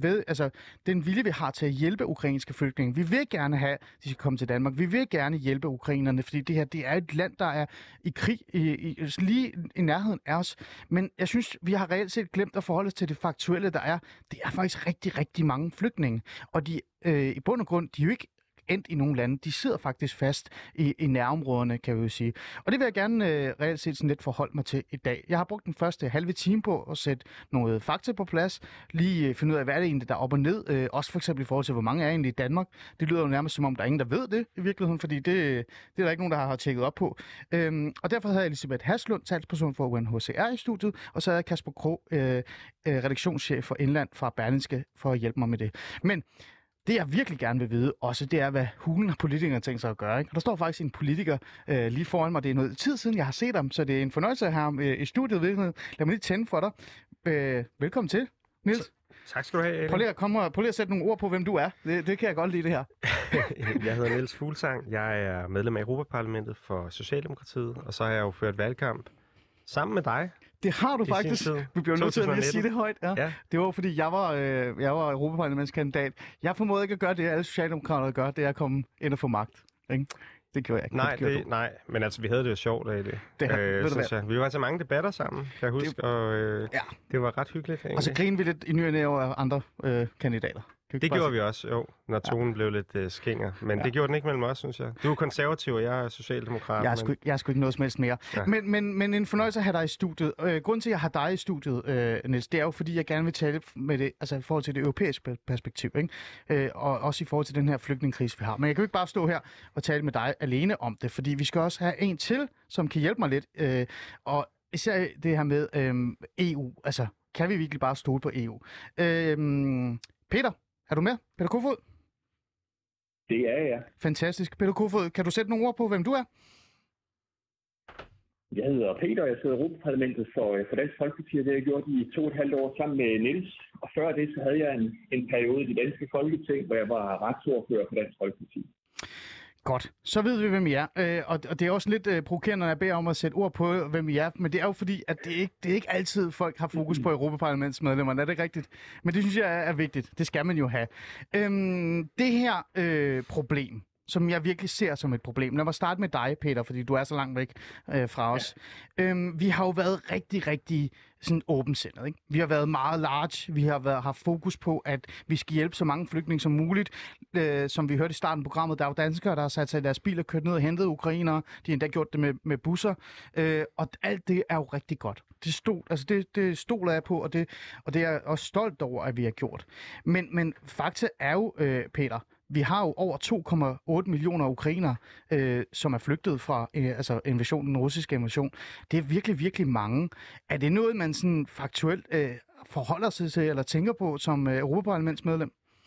S4: den vilje, vi har til at hjælpe ukrainske flygtninge. Vi vil gerne have, at de skal komme til Danmark. Vi vil gerne hjælpe ukrainerne, fordi det er et land, der er i krig lige i nærheden af os. Men jeg synes, vi har reelt set glemt at forholde os til det faktuelle, der er. Det er faktisk rigtig, rigtig mange flygtninge. Og de i bund og grund, de er jo ikke endt i nogle lande. De sidder faktisk fast i nærområderne, kan vi jo sige. Og det vil jeg gerne reelt set sådan lidt forholde mig til i dag. Jeg har brugt den første halve time på at sætte noget fakta på plads, lige finde ud af, hvad er det egentlig, der er op og ned. Også for eksempel i forhold til, hvor mange er egentlig i Danmark. Det lyder jo nærmest som om, der er ingen, der ved det i virkeligheden, fordi det er der ikke nogen, der har tjekket op på. Og derfor havde jeg Elisabeth Haslund, talsperson for UNHCR i studiet, og så havde jeg Kasper Krog, redaktionschef for Indland fra Berlingske, for at hjælpe mig med det. Men det, jeg virkelig gerne vil vide også, det er, hvad hulen har politikere tænkt sig at gøre. Ikke? Og der står faktisk en politiker lige foran mig. Det er noget tid siden, jeg har set ham, så det er en fornøjelse at have ham i studiet. Lad mig lige tænde for dig. Velkommen til, Niels.
S7: Tak skal du have, Ali.
S4: Prøv lige at sætte nogle ord på, hvem du er. Det kan jeg godt lide, det her.
S7: Jeg hedder Niels Fuglsang. Jeg er medlem af Europaparlamentet for Socialdemokratiet, og så har jeg jo ført valgkamp sammen med dig.
S4: Det har du faktisk. Vi bliver nødt til at lige sige det højt. Ja. Det var, fordi jeg var europaparlamentskandidat. Jeg formåede ikke at gøre det, alle socialdemokrater gør, det er at komme ind og få magt. Ikke? Det gjorde jeg ikke.
S7: Nej, men altså, vi havde det jo sjovt af det. Synes jeg. Vi var til mange debatter sammen, kan jeg huske, og det var ret hyggeligt. Egentlig.
S4: Og så grinede vi lidt i ny og næ over andre kandidater.
S7: Det gjorde vi også, jo, når tonen blev lidt skinger. Men det gjorde den ikke mellem os, synes jeg. Du er konservativ, og jeg er socialdemokrat.
S4: Jeg er sgu ikke noget som helst mere. Ja. Men en fornøjelse at have dig i studiet. Grunden til, at jeg har dig i studiet, Niels, det er jo, fordi jeg gerne vil tale med det, altså i forhold til det europæiske perspektiv, ikke? Og også i forhold til den her flygtningekrise, vi har. Men jeg kan jo ikke bare stå her og tale med dig alene om det, fordi vi skal også have en til, som kan hjælpe mig lidt. Og især det her med EU. Altså, kan vi virkelig bare stole på EU? Peter, er du med? Peter Kofod?
S8: Det er jeg.
S4: Fantastisk. Peter Kofod, kan du sætte nogle ord på, hvem du er?
S8: Jeg hedder Peter, jeg sidder i Europaparlamentet for Dansk Folkeparti, og det har jeg gjort i 2,5 år sammen med Niels. Og før det, så havde jeg en periode i det danske Folketing, hvor jeg var retsordfører for Dansk Folkeparti.
S4: Godt, så ved vi, hvem I er. Og det er også lidt provokerende, når jeg beder om at sætte ord på, hvem I er. Men det er jo fordi, at det er ikke altid, folk har fokus på Europaparlamentsmedlemmerne. Er det rigtigt? Men det synes jeg er vigtigt. Det skal man jo have. Det her problem, som jeg virkelig ser som et problem. Lad mig starte med dig, Peter, fordi du er så langt væk fra os. Vi har jo været rigtig sådan åbensindet, ikke? Vi har været meget large. Vi har haft fokus på, at vi skal hjælpe så mange flygtninge som muligt. Som vi hørte i starten af programmet, der er jo danskere, der har sat sig i deres bil og kørt ned og hentet ukrainere. De har endda gjort det med busser. Og alt det er jo rigtig godt. Det stoler jeg på, og det er jeg også stolt over, at vi har gjort. Men fakta er jo, Peter, vi har jo over 2,8 millioner ukrainere, som er flygtet fra den russiske invasion. Det er virkelig mange. Er det noget, man sådan faktuelt forholder sig til eller tænker på som Europaparlamentsmedlem?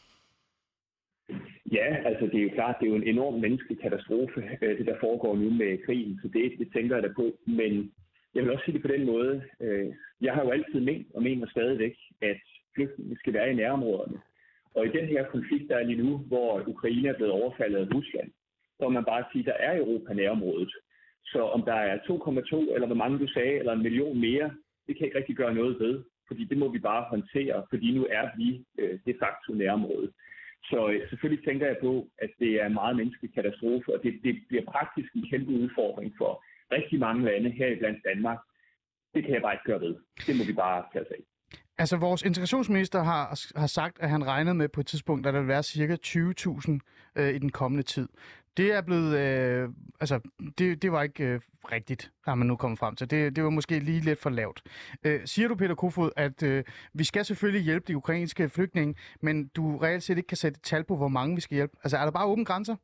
S8: Ja, altså det er jo klart, det er jo en enorm menneskelig katastrofe, det der foregår nu med krigen, så det tænker jeg da på. Men jeg vil også sige det på den måde, jeg har jo altid ment og mener stadigvæk, at flygtninge skal være i nærområderne. Og i den her konflikt, der er lige nu, hvor Ukraine er blevet overfaldet af Rusland, så må man bare sige, at der er Europa nærområdet. Så om der er 2,2, eller hvor mange du sagde, eller 1 million mere, det kan ikke rigtig gøre noget ved. Fordi det må vi bare håndtere, fordi nu er vi de facto nærområdet. Så selvfølgelig tænker jeg på, at det er en meget menneskelig katastrofe, og det bliver praktisk en kæmpe udfordring for rigtig mange lande her blandt Danmark. Det kan jeg bare ikke gøre ved. Det må vi bare tage sig af.
S4: Altså, vores integrationsminister har sagt, at han regnede med på et tidspunkt, at der vil være ca. 20.000 i den kommende tid. Det er blevet... det var ikke rigtigt, har man nu kommet frem til. Det var måske lige lidt for lavt. Siger du, Peter Kofod, at vi skal selvfølgelig hjælpe de ukrainske flygtninge, men du reelt set ikke kan sætte et tal på, hvor mange vi skal hjælpe? Altså, er der bare åbne grænser?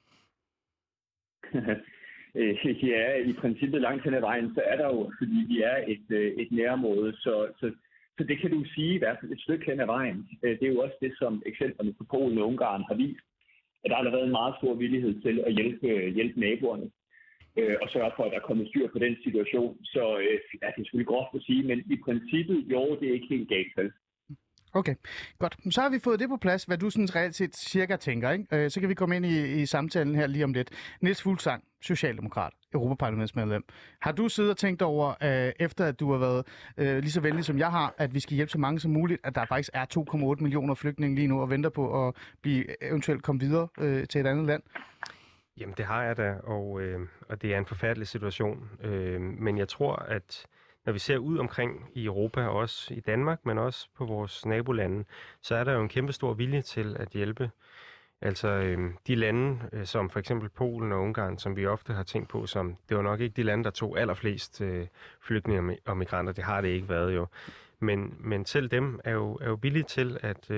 S8: Ja, i princippet langt hen ad vejen, så er der jo, fordi vi er et nærområde, så det kan du sige i hvert fald et stykke hen ad vejen. Det er jo også det, som eksemplerne på Polen og Ungarn har vist, at der har været en meget stor villighed til at hjælpe naboerne og sørge for, at der er kommet styr på den situation. Så det er selvfølgelig groft at sige, men i princippet, jo, det er ikke helt galt.
S4: Okay, godt. Så har vi fået det på plads, hvad du sådan reelt set cirka tænker, ikke? Så kan vi komme ind i samtalen her lige om lidt. Niels Fuglsang, socialdemokrat, Europaparlamentsmedlem. Har du siddet og tænkt over, efter at du har været lige så venlig som jeg har, at vi skal hjælpe så mange som muligt, at der faktisk er 2,8 millioner flygtninge lige nu og venter på at eventuelt komme videre til et andet land?
S7: Jamen det har jeg da, og det er en forfærdelig situation. Men jeg tror, at når vi ser ud omkring i Europa, også i Danmark, men også på vores nabolande, så er der jo en kæmpe stor vilje til at hjælpe. Altså de lande, som for eksempel Polen og Ungarn, som vi ofte har tænkt på, som det var nok ikke de lande, der tog allerflest flygtninge og migranter. Det har det ikke været jo. Men selv dem er jo villige til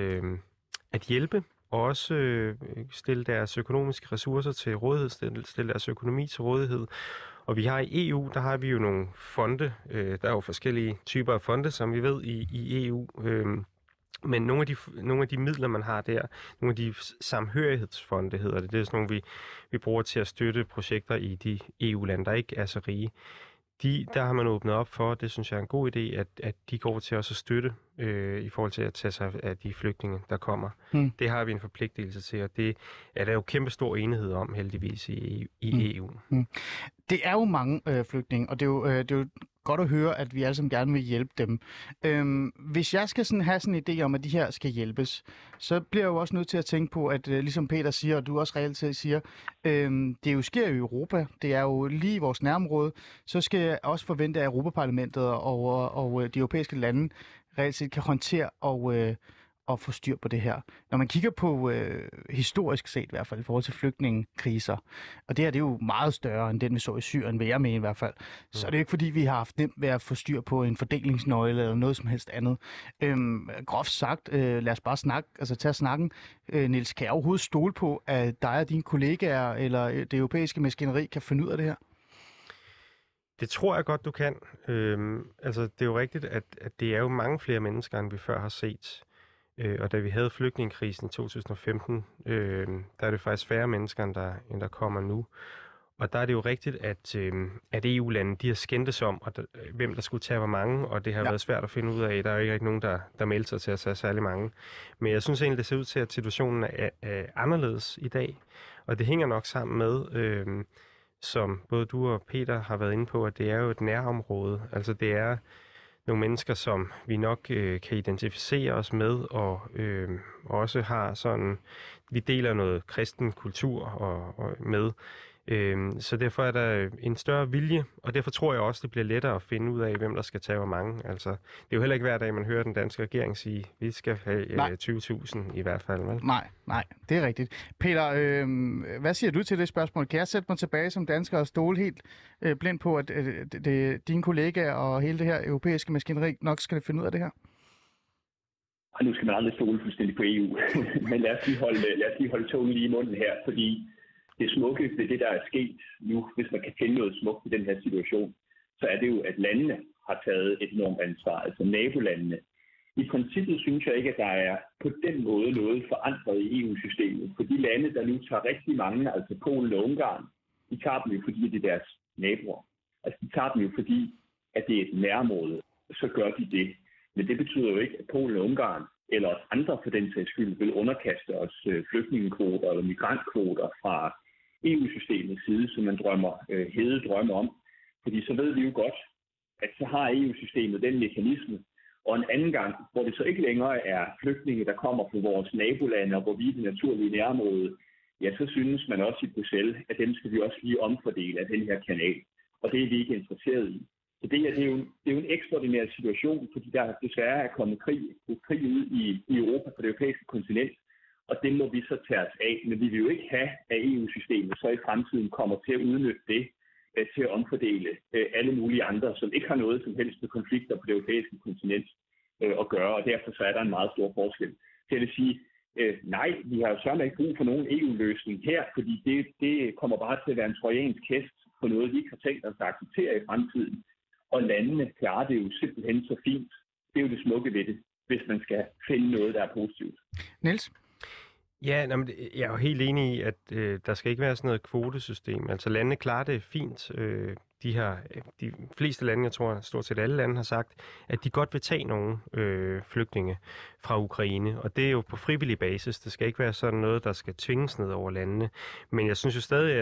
S7: at hjælpe, og også stille deres økonomiske ressourcer til rådighed, stille deres økonomi til rådighed. Og vi har i EU, der har vi jo nogle fonde, der er jo forskellige typer af fonde, som vi ved i EU. Men nogle af de midler, man har der, nogle af de samhørighedsfonde hedder det, det er sådan nogle, vi bruger til at støtte projekter i de EU-lande, der ikke er så rige. Der har man åbnet op for, det synes jeg er en god idé, at de går til også at støtte i forhold til at tage sig af de flygtninge, der kommer. Det har vi en forpligtelse til, og det er der jo kæmpe stor enighed om heldigvis i EU.
S4: Det er jo mange flygtninge, og det er jo godt at høre, at vi alle sammen gerne vil hjælpe dem. Hvis jeg skal have sådan en idé om, at de her skal hjælpes, så bliver jeg jo også nødt til at tænke på, at ligesom Peter siger, og du også reelt set siger, det jo sker i Europa, det er jo lige i vores nærområde, så skal jeg også forvente, at Europaparlamentet og de europæiske lande reelt set kan håndtere at få styr på det her. Når man kigger på historisk set i hvert fald i forhold til flygtningekriser, og det her det er jo meget større end den vi så i Syrien, vil jeg mene i hvert fald, så er det ikke fordi vi har haft nemt ved at få styr på en fordelingsnøgle eller noget som helst andet. Groft sagt, lad os bare tage snakken. Niels, kan jeg overhovedet stole på, at dig og dine kollegaer eller det europæiske maskineri kan finde ud af det her?
S7: Det tror jeg godt, du kan. Altså, det er jo rigtigt, at det er jo mange flere mennesker, end vi før har set. Og da vi havde flygtningekrisen i 2015, der er det faktisk færre mennesker, end der kommer nu. Og der er det jo rigtigt, at EU-landene de har skændtes om, hvem der skulle tage hvor mange, og det har været svært at finde ud af. Der er jo ikke rigtig nogen, der melder sig til at tage særlig mange. Men jeg synes egentlig, det ser ud til, at situationen er anderledes i dag. Og det hænger nok sammen med, som både du og Peter har været inde på, at det er jo et nærområde. Altså det er nogle mennesker, som vi nok kan identificere os med, og også har sådan, vi deler noget kristen kultur og med. Så derfor er der en større vilje, og derfor tror jeg også, det bliver lettere at finde ud af, hvem der skal tage hvor mange. Altså, det er jo heller ikke hver dag, man hører den danske regering sige, at vi skal have 20.000 i hvert fald. Vel?
S4: Nej, det er rigtigt. Peter, hvad siger du til det spørgsmål? Kan jeg sætte mig tilbage som dansker og stole helt blind på, at dine kollegaer og hele det her europæiske maskineri nok skal finde ud af det her?
S8: Nu skal man aldrig stole fuldstændig på EU, men lad os lige holde tungen lige i munden her, fordi det smukke ved det, der er sket nu, hvis man kan finde noget smukt i den her situation, så er det jo, at landene har taget et enormt ansvar, altså nabolandene. I princippet synes jeg ikke, at der er på den måde noget forandret i EU-systemet. For de lande, der nu tager rigtig mange, altså Polen og Ungarn, de tager dem jo, fordi det er deres naboer. Altså de tager dem jo, fordi at det er et nærområde, så gør de det. Men det betyder jo ikke, at Polen og Ungarn eller os andre for den sags skyld vil underkaste os flygtningekvoter eller migrantkvoter fra EU-systemets side, som man hede drømmer om. Fordi så ved vi jo godt, at så har EU-systemet den mekanisme, og en anden gang, hvor det så ikke længere er flygtninge, der kommer fra vores nabolande, og hvor vi er det naturlige nærområde, ja, så synes man også i Bruxelles, at dem skal vi også lige omfordele af den her kanal. Og det er vi ikke interesseret i. Så det er jo en ekstraordinær situation, fordi der desværre er kommet krig ud i Europa på det europæiske kontinent, og det må vi så tage os af. Men vi vil jo ikke have, at EU-systemet så i fremtiden kommer til at udnytte det til at omfordele alle mulige andre, som ikke har noget som helst med konflikter på det europæiske kontinent at gøre, og derfor så er der en meget stor forskel. Så jeg vil sige, nej, vi har jo sørme ikke brug for nogen EU-løsning her, fordi det kommer bare til at være en trojansk hest på noget, vi ikke har tænkt os at acceptere i fremtiden. Og landene klarer det jo simpelthen så fint. Det er jo det smukke ved det, hvis man skal finde noget, der er positivt.
S4: Niels?
S7: Ja, jeg er jo helt enig i, at der skal ikke være sådan noget kvotesystem. Altså landene klarer det fint. De fleste lande, jeg tror stort set alle lande har sagt, at de godt vil tage nogle flygtninge fra Ukraine. Og det er jo på frivillig basis. Det skal ikke være sådan noget, der skal tvinges ned over landene. Men jeg synes jo stadig,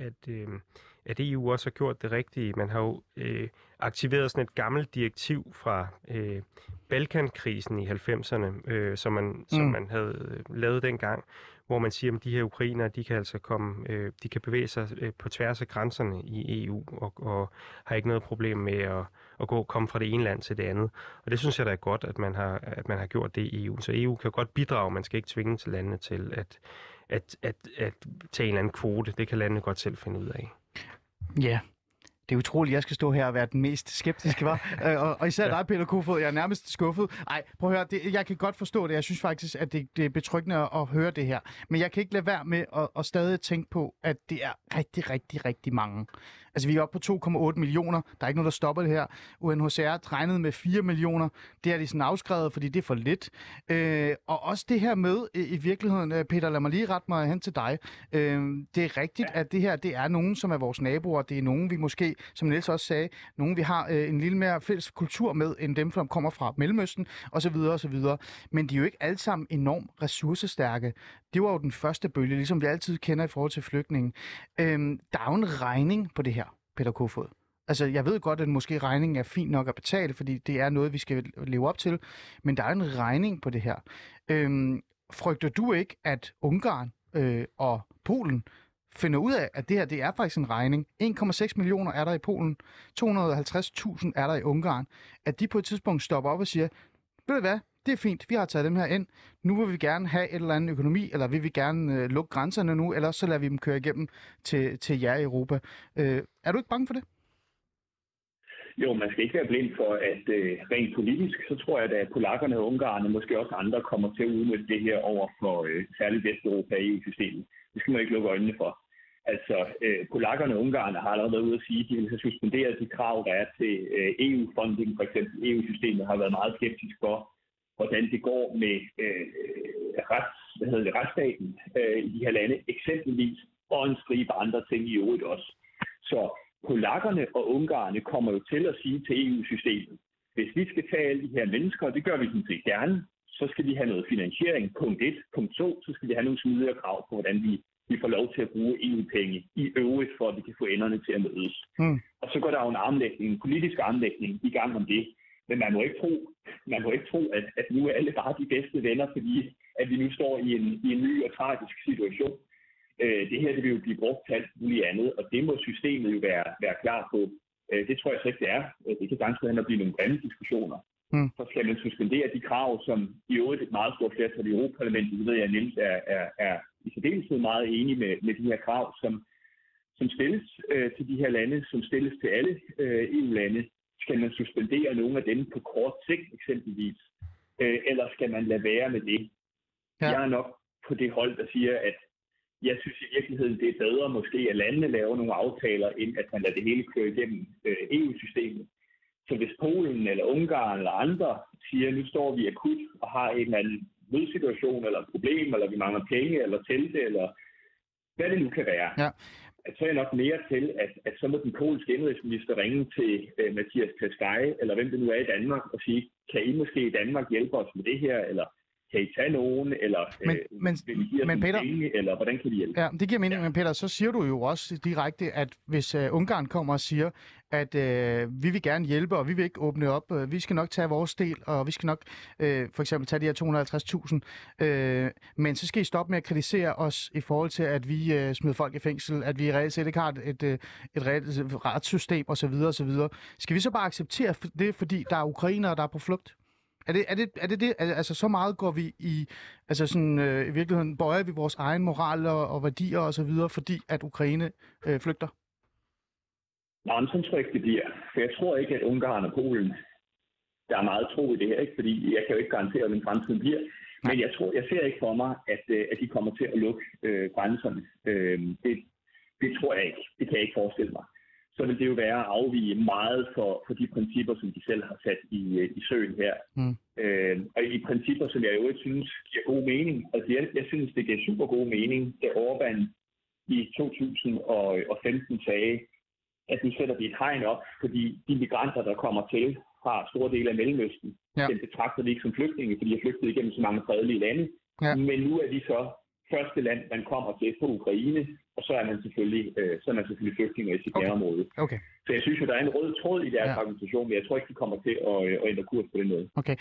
S7: at EU også har gjort det rigtige. Man har jo aktiveret sådan et gammelt direktiv fra Balkankrisen i 90'erne, som man havde lavet dengang, hvor man siger, at de her ukrainere, de kan altså de kan bevæge sig på tværs af grænserne i EU, og har ikke noget problem med at komme fra det ene land til det andet. Og det synes jeg da er godt, at man har gjort det i EU. Så EU kan godt bidrage, man skal ikke tvinge til landene til at tage en eller anden kvote. Det kan landene godt selv finde ud af.
S4: Ja, det er utroligt, at jeg skal stå her og være den mest skeptiske, var. Og især dig, Peter Kofod, jeg er nærmest skuffet. Ej, prøv at høre, jeg kan godt forstå det. Jeg synes faktisk, at det er betryggende at høre det her. Men jeg kan ikke lade være med at stadig tænke på, at det er rigtig, rigtig, rigtig mange. Altså, vi er oppe på 2,8 millioner. Der er ikke noget, der stopper det her. UNHCR regnede med 4 millioner. Det er de sådan afskrevet, fordi det er for lidt. Og også det her med, i virkeligheden, Peter, lad mig lige rette mig hen til dig. Det er rigtigt, at det her, det er nogen, som er vores naboer. Det er nogen, vi måske, som Niels også sagde, nogen, vi har en lille mere fælles kultur med, end dem, som kommer fra Mellemøsten, osv. osv. Men de er jo ikke alle sammen enormt ressourcestærke. Det var jo den første bølge, ligesom vi altid kender i forhold til flygtninge. Der er jo en regning på det her, Peter Kofod. Altså, jeg ved godt, at måske regningen er fint nok at betale, fordi det er noget, vi skal leve op til. Men der er en regning på det her. Frygter du ikke, at Ungarn og Polen finder ud af, at det her, det er faktisk en regning? 1,6 millioner er der i Polen, 250.000 er der i Ungarn. At de på et tidspunkt stopper op og siger, ved du hvad, det er fint, vi har taget dem her ind. Nu vil vi gerne have et eller andet økonomi, eller vil vi gerne lukke grænserne nu, eller så lader vi dem køre igennem til jer i Europa. Er du ikke bange for det?
S8: Jo, man skal ikke være blind for, at rent politisk, så tror jeg, at polakkerne og ungarerne, måske også andre, kommer til at udnytte det her over for særligt Vesteuropa i EU-systemet. Det skal man ikke lukke øjnene for. Altså, polakkerne og ungarerne har allerede været ude at sige, at de vil have suspenderet de krav, der er til EU-funding. For eksempel EU-systemet har været meget skeptisk for, hvordan det går med retsstaten i de her lande, eksempelvis, og en stribe andre ting i øvrigt også. Så polakkerne og ungarerne kommer jo til at sige til EU-systemet, hvis vi skal tage alle de her mennesker, og det gør vi sådan set gerne, så skal vi have noget finansiering, punkt 1. Punkt 2, så skal vi have nogle smidigere krav på, hvordan vi får lov til at bruge EU-penge i øvrigt, for at vi kan få enderne til at mødes. Og så går der jo en politisk armlægning i gang om det. Men man må ikke tro, at nu er alle bare de bedste venner, fordi at vi nu står i en ny og tragisk situation. Det her det vil jo blive brugt til alt muligt andet, og det må systemet jo være klar på. Det tror jeg så ikke, det er. Det kan ganske hen at blive nogle grimme diskussioner. Så skal man suspendere de krav, som i øvrigt et meget stort flertal i Europaparlamentet, det ved jeg nemt, er i særdeleshed meget enige med de her krav, som stilles til de her lande, som stilles til alle EU-lande. Skal man suspendere nogle af dem på kort sigt eksempelvis, eller skal man lade være med det? Ja. Jeg er nok på det hold, der siger, at jeg synes i virkeligheden, det er bedre måske, at landene laver nogle aftaler, end at man lader det hele køre igennem EU-systemet. Så hvis Polen eller Ungarn eller andre siger, at nu står vi akut og har en eller anden nødsituation eller et problem, eller vi mangler penge eller telte, eller hvad det nu kan være, så er jeg nok mere til, at så må den polske indrigsminister ringe til Mathias Tesfaye, eller hvem det nu er i Danmark, og sige, kan I måske i Danmark hjælpe os med det her, eller kan I tage nogen, eller vil I give os
S4: Peter,
S8: penge, eller hvordan kan vi hjælpe?
S4: Ja, det giver mening, men Peter, så siger du jo også direkte, at hvis Ungarn kommer og siger, at vi vil gerne hjælpe, og vi vil ikke åbne op, vi skal nok tage vores del, og vi skal nok for eksempel tage de her 250.000, men så skal I stoppe med at kritisere os i forhold til, at vi smider folk i fængsel, at vi reelt set ikke har et reelt retssystem osv. osv. Skal vi så bare acceptere det, fordi der er ukrainere, der er på flugt? Er det? Altså så meget går vi i, altså sådan i virkeligheden bøjer vi vores egen moral og værdier og så videre, fordi at Ukraine flygter?
S8: Nej, men sådan tror jeg ikke, det bliver. For jeg tror ikke, at Ungarn og Polen, der er meget tro i det her, ikke? Fordi jeg kan jo ikke garantere, at den fremtiden bliver. Men jeg ser ikke for mig, at de kommer til at lukke grænserne. Det tror jeg ikke. Det kan jeg ikke forestille mig. Så vil det jo være at afvige meget for de principper, som de selv har sat i søen her. Og i principper, som jeg jo ikke synes giver god mening. Altså jeg synes, det giver super god mening, da Orbán i 2015 sagde, at nu sætter vi et hegn op, fordi de migranter, der kommer til fra store dele af Mellemøsten, den betragter de ikke som flygtninge, fordi de har flygtet igennem så mange fredelige lande. Ja. Men nu er de så første land, man kommer til på Ukraine, og så er man selvfølgelig flygtninger i sit nærområde. Okay. Så jeg synes jo, der er en rød tråd i deres argumentation, men jeg tror ikke, de kommer til at ændre kurs på den måde.
S4: Okay.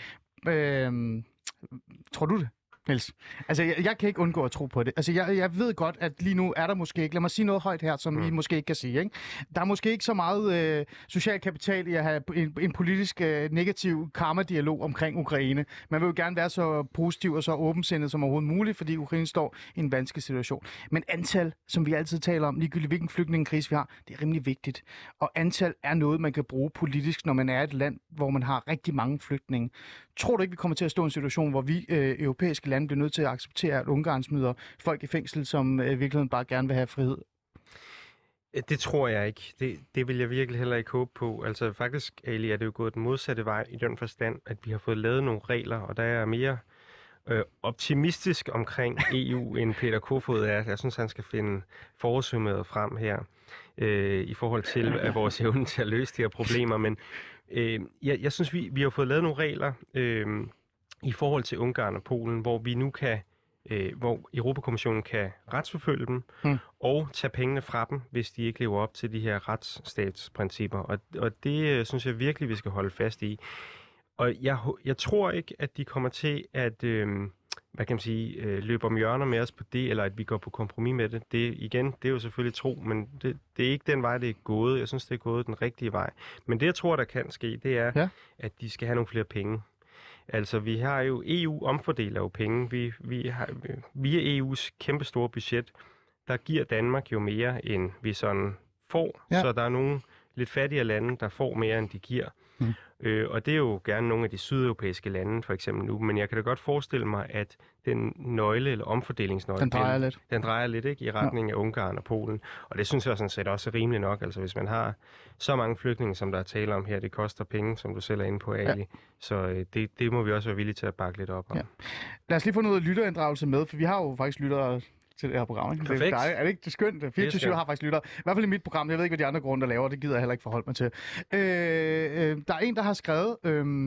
S4: Tror du det, Niels? Altså, jeg kan ikke undgå at tro på det. Altså, jeg ved godt, at lige nu er der måske ikke... Lad mig sige noget højt her, som I måske ikke kan sige, ikke? Der er måske ikke så meget social kapital i at have en politisk negativ karma-dialog omkring Ukraine. Man vil jo gerne være så positiv og så åbensindet som overhovedet muligt, fordi Ukraine står i en vanskelig situation. Men antal, som vi altid taler om, ligegyldigt hvilken flygtningekrise vi har, det er rimelig vigtigt. Og antal er noget, man kan bruge politisk, når man er et land, hvor man har rigtig mange flygtninge. Tror du ikke, vi kommer til at stå i en situation, hvor vi europæiske lande bliver nødt til at acceptere, at Ungarn smider folk i fængsel, som i virkeligheden bare gerne vil have frihed?
S7: Det tror jeg ikke. Det vil jeg virkelig heller ikke håbe på. Altså faktisk, Ali, er det jo gået den modsatte vej i den forstand, at vi har fået lavet nogle regler, og der er mere optimistisk omkring EU, end Peter Kofod er. Jeg synes, han skal finde forårshumøret frem her i forhold til vores evne til at løse de her problemer. Men jeg synes, vi har fået lavet nogle regler i forhold til Ungarn og Polen, hvor vi nu kan, hvor Europakommissionen kan retsforfølge dem og tage pengene fra dem, hvis de ikke lever op til de her retsstatsprincipper. Og det synes jeg virkelig, vi skal holde fast i. Og jeg tror ikke, at de kommer til at løbe om hjørner med os på det, eller at vi går på kompromis med det. Det er jo selvfølgelig tro, men det er ikke den vej, det er gået. Jeg synes, det er gået den rigtige vej. Men det, jeg tror, der kan ske, det er, at de skal have nogle flere penge. Altså, vi har jo EU omfordeler jo penge. Vi har, via EU's kæmpestore budget, der giver Danmark jo mere, end vi sådan får. Ja. Så der er nogle lidt fattigere lande, der får mere, end de giver. Og det er jo gerne nogle af de sydeuropæiske lande, for eksempel nu. Men jeg kan da godt forestille mig, at den nøgle, eller omfordelingsnøgle, den drejer lidt ikke, i retning af Ungarn og Polen. Og det synes jeg sådan set også er rimeligt nok. Altså, hvis man har så mange flygtninge, som der er tale om her, det koster penge, som du selv er inde på, Ali. Ja. Så det må vi også være villige til at bakke lidt op om. Ja.
S4: Lad os lige få noget lytterinddragelse med, for vi har jo faktisk lyttere til det her program. Ikke?
S7: Perfekt.
S4: Er det ikke det skønt? 24 har faktisk lyttere. I hvert fald i mit program. Jeg ved ikke, hvad de andre grunde, der laver. Det gider jeg heller ikke forholde mig til. Der er en, der har skrevet...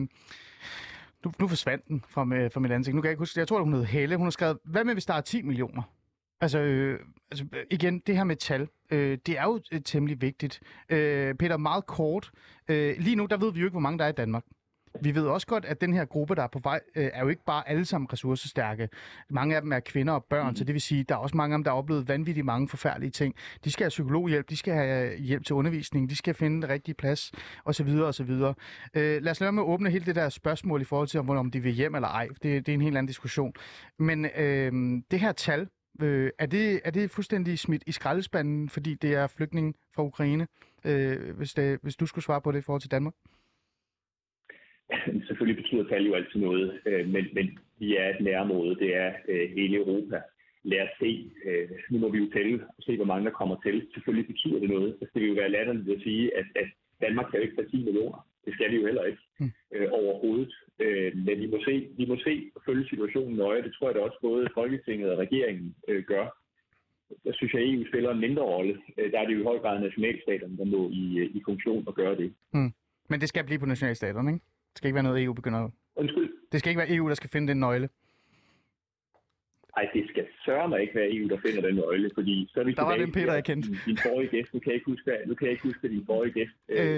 S4: Nu forsvandt den fra mit ansigt. Nu kan jeg ikke huske. Jeg tror, hun hed Helle. Hun har skrevet, hvad med, hvis der er 10 millioner? Altså igen, det her med tal, det er jo temmelig vigtigt. Peter, meget kort. Lige nu, der ved vi jo ikke, hvor mange der er i Danmark. Vi ved også godt, at den her gruppe, der er på vej, er jo ikke bare alle sammen ressourcestærke. Mange af dem er kvinder og børn, så det vil sige, at der er også mange af dem, der har oplevet vanvittigt mange forfærdelige ting. De skal have psykologhjælp, de skal have hjælp til undervisning, de skal finde den rigtige plads, osv. osv. Lad os lade med at åbne hele det der spørgsmål i forhold til, om de vil hjem eller ej. Det er en helt anden diskussion. Men det her tal, er det fuldstændig smidt i skraldespanden, fordi det er flygtninge fra Ukraine, hvis du skulle svare på det i forhold til Danmark?
S8: Selvfølgelig betyder tal jo altid noget, men vi er et nærområde, det er hele Europa. Lad os se, nu må vi jo tælle og se, hvor mange der kommer til. Selvfølgelig betyder det noget. Altså, det vil jo være latterligt at sige, at Danmark kan jo ikke være 10 millioner. Det skal vi jo heller ikke overhovedet. Men vi må se og følge situationen nøje. Det tror jeg da også både Folketinget og regeringen gør. Der synes jeg, at EU spiller en mindre rolle. Der er det jo i høj grad nationalstaterne, der må i funktion og gøre det.
S4: Men det skal blive på nationalstaterne, ikke? Det skal ikke være noget, EU begynder at...
S8: Undskyld?
S4: Det skal ikke være EU, der skal finde den nøgle.
S8: Nej, det skal sørme ikke være EU, der finder den nøgle, fordi så er vi
S4: der var den Peter, jeg kendte.
S8: Din forrige gæst, nu kan jeg ikke huske din forrige gæst.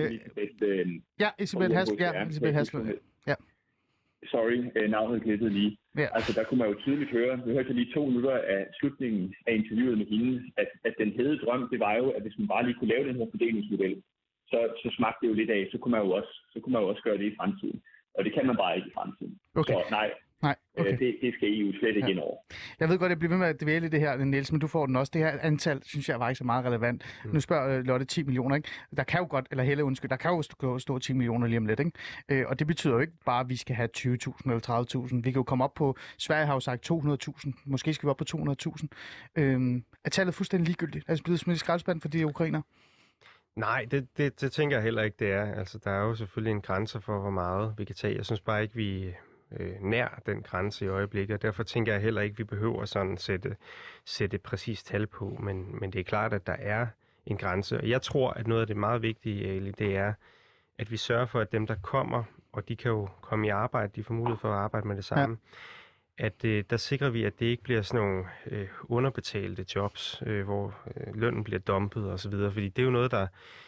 S4: Elisabeth Haslund. Ja.
S8: Sorry, navnet glittede lige. Ja. Altså, der kunne man jo tydeligt høre, vi hørte lige 2 minutter af slutningen af interviewet med hende, at den hede drøm, det var jo, at hvis man bare lige kunne lave den her fordelingsmodel, så smagte det jo lidt af, så kunne man jo også gøre det i fremtiden. Og det kan man bare ikke i fremtiden.
S4: Okay.
S8: Så nej, okay. Det skal EU slet ikke ind over.
S4: Jeg ved godt, jeg bliver ved med at dvæle i det her, Niels, men du får den også. Det her antal, synes jeg faktisk er meget relevant. Nu spørger Lotte 10 millioner, ikke? Der kan jo godt, eller Helle, undskyld, der kan jo stå 10 millioner lige om lidt, ikke? Og det betyder jo ikke bare, at vi skal have 20.000 eller 30.000. Vi kan jo komme op på, Sverige har jo sagt 200.000. Måske skal vi op på 200.000. Er tallet fuldstændig ligegyldigt? Altså blevet smidt i skraldespanden for de ukrainer?
S7: Nej, det tænker jeg heller ikke, det er. Altså, der er jo selvfølgelig en grænse for, hvor meget vi kan tage. Jeg synes bare ikke, vi nær den grænse i øjeblikket, og derfor tænker jeg heller ikke, vi behøver sådan sætte et præcist tal på, men det er klart, at der er en grænse. Og jeg tror, at noget af det meget vigtige, Ali, det er, at vi sørger for, at dem, der kommer, og de kan jo komme i arbejde, de får mulighed for at arbejde med det samme, at der sikrer vi, at det ikke bliver sådan nogle underbetalte jobs, hvor lønnen bliver dumpet osv., fordi det er jo noget, der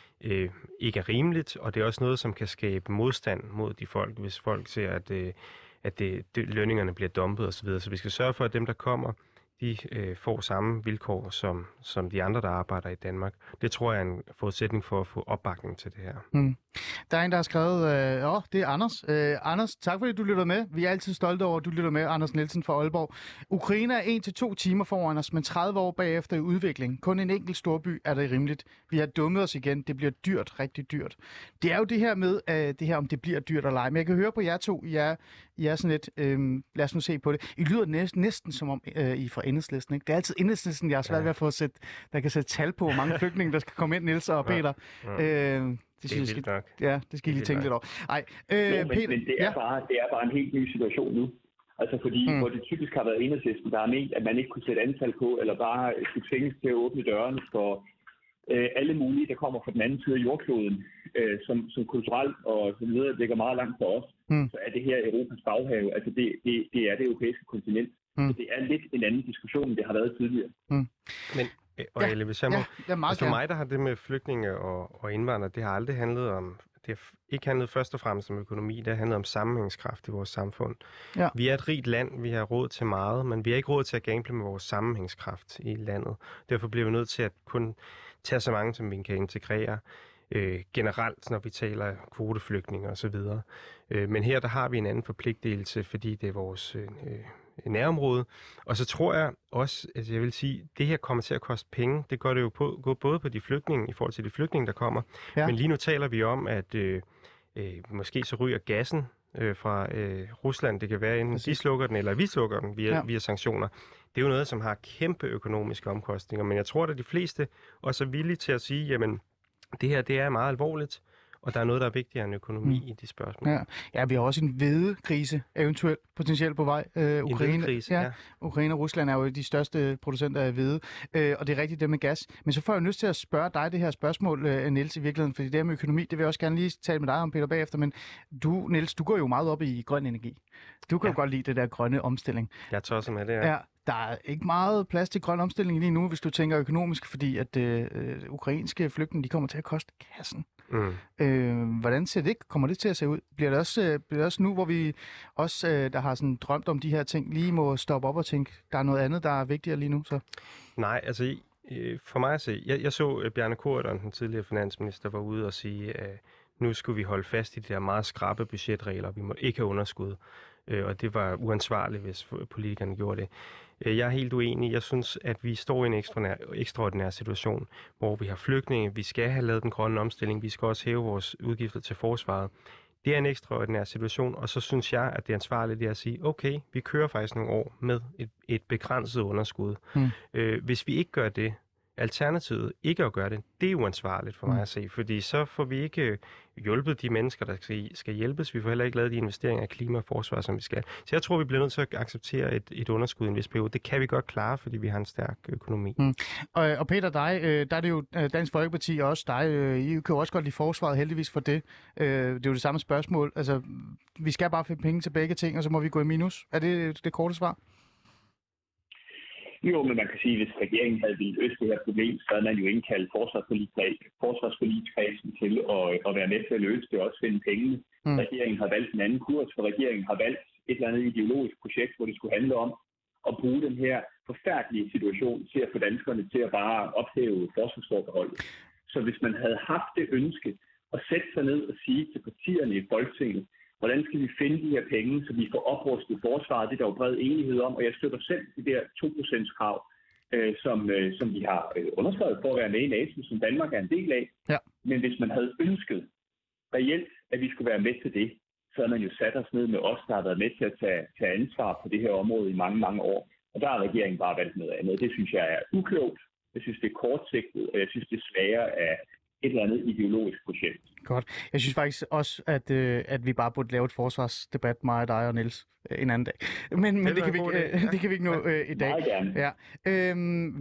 S7: ikke er rimeligt, og det er også noget, som kan skabe modstand mod de folk, hvis folk ser, at lønningerne bliver dumpet osv. Så vi skal sørge for, at dem, der kommer, de får samme vilkår som de andre, der arbejder i Danmark. Det tror jeg er en forudsætning for at få opbakning til det her.
S4: Der er en, der har skrevet, det er Anders. Anders, tak fordi du lytter med. Vi er altid stolte over, at du lytter med, Anders Nielsen fra Aalborg. Ukraine er 1-2 timer foran os, men 30 år bagefter i udvikling. Kun en enkelt storby er det rimeligt. Vi har dummet os igen. Det bliver dyrt, rigtig dyrt. Det er jo det her med, det her om det bliver dyrt eller ej. Men jeg kan høre på jer to, I er sådan lidt, lad os nu se på det. I lyder næsten som om I er fra Enhedslisten, ikke? Det er altid Enhedslisten, jeg har svært ved at få der kan sætte tal på, hvor mange flygtninge, der skal komme ind, Niels og Peter.
S7: Det synes jeg
S4: nok. Ja, det skal I lige tænke lidt over.
S8: Peter, men det er bare en helt ny situation nu. Altså fordi, hvor det typisk har været Enhedslisten, der har ment, at man ikke kunne sætte antal på, eller bare skulle tvinges til at åbne dørene for alle mulige, der kommer fra den anden side af jordkloden, som kulturelt og så videre ligger meget langt for os, så er det her Europas baghave. Altså det er det europæiske kontinent. Så det er lidt en anden diskussion, end det har været tidligere.
S7: Men Elle, hvis jeg må... for mig, der har det med flygtninge og indvandrere, det har aldrig handlet om... Det har ikke handlet først og fremmest om økonomi, det har handlet om sammenhængskraft i vores samfund. Ja. Vi er et rigt land, vi har råd til meget, men vi har ikke råd til at gamble med vores sammenhængskraft i landet. Derfor bliver vi nødt til at kun tage så mange, som vi kan integrere. generelt, når vi taler kvoteflygtninge osv. Men her der har vi en anden forpligtelse, fordi det er vores nærområde. Og så tror jeg også, altså jeg vil sige, det her kommer til at koste penge. Det gør det jo både på de flygtninge, i forhold til de flygtninge, der kommer. Ja. Men lige nu taler vi om, at måske så ryger gassen fra Rusland. Det kan være, enten de slukker den, eller vi slukker den via sanktioner. Det er jo noget, som har kæmpe økonomiske omkostninger. Men jeg tror, at de fleste også er villige til at sige, jamen, det her det er meget alvorligt, og der er noget, der er vigtigere end økonomi i de spørgsmål.
S4: Ja, vi har også en hvedekrise, eventuelt potentielt på vej. Ukraine og Rusland er jo de største producenter af hvede, og det er rigtigt det med gas. Men så får jeg lyst til at spørge dig det her spørgsmål, Niels, i virkeligheden, fordi det her med økonomi, det vil jeg også gerne lige tale med dig om, Peter, bagefter, men du, Niels, du går jo meget op i grøn energi. Du kan jo godt lide det der grønne omstilling.
S7: Jeg tager også med det,
S4: ja. Der er ikke meget plads til grøn omstilling lige nu, hvis du tænker økonomisk, fordi at ukrainske flygtninge, de kommer til at koste kassen. Hvordan kommer det til at se ud? Bliver det også nu, hvor vi også, der har sådan drømt om de her ting, lige må stoppe op og tænke, der er noget andet, der er vigtigere lige nu? Så?
S7: Nej, altså for mig at se, jeg så Bjarne Corydon, den tidligere finansminister, var ude og sige, at nu skulle vi holde fast i de der meget skrappe budgetregler, vi må ikke have underskud. Og det var uansvarligt, hvis politikerne gjorde det. Jeg er helt uenig. Jeg synes, at vi står i en ekstraordinær situation, hvor vi har flygtninge. Vi skal have lavet den grønne omstilling. Vi skal også hæve vores udgifter til forsvaret. Det er en ekstraordinær situation, og så synes jeg, at det er ansvarligt at sige, okay, vi kører faktisk nogle år med et begrænset underskud. Hvis vi ikke gør det, alternativet ikke at gøre det, det er uansvarligt for mig at se, fordi så får vi ikke hjulpet de mennesker, der skal hjælpes. Vi får heller ikke lavet de investeringer i klima og forsvar, som vi skal. Så jeg tror, vi bliver nødt til at acceptere et underskud i en vis periode. Det kan vi godt klare, fordi vi har en stærk økonomi.
S4: Og Peter, dig, der er det jo Dansk Folkeparti og også dig. I kan jo også godt lide forsvaret, heldigvis for det. Det er jo det samme spørgsmål. Altså, vi skal bare finde penge til begge ting, og så må vi gå i minus. Er det det korte svar?
S8: Jo, men man kan sige, at hvis regeringen havde ville løse det her problem, så havde man jo indkaldt forsvarsforligskredsen til at være med til at løse det og også finde pengene. Regeringen har valgt en anden kurs, for regeringen har valgt et eller andet ideologisk projekt, hvor det skulle handle om at bruge den her forfærdelige situation til at få danskerne til at bare ophæve forsvarsforbeholdet. Så hvis man havde haft det ønske at sætte sig ned og sige til partierne i Folketinget, hvordan skal vi finde de her penge, så vi får oprustet forsvaret? Det er der jo bred enighed om, og jeg støtter selv det der 2%-krav, som vi har underskrevet for at være med i NATO, som Danmark er en del af. Ja. Men hvis man havde ønsket reelt, at vi skulle være med til det, så havde man jo sat os ned med os, der har været med til at tage ansvar på det her område i mange, mange år. Og der har regeringen bare valgt noget andet. Det synes jeg er uklogt. Jeg synes, det er kortsigtet, og jeg synes, det er sværere af et eller andet ideologisk projekt.
S4: Godt. Jeg synes faktisk også, at vi bare burde lave et forsvarsdebat, mig, dig og Niels, en anden dag. Men det kan vi ikke nå i dag.
S8: Meget gerne.
S4: Ja.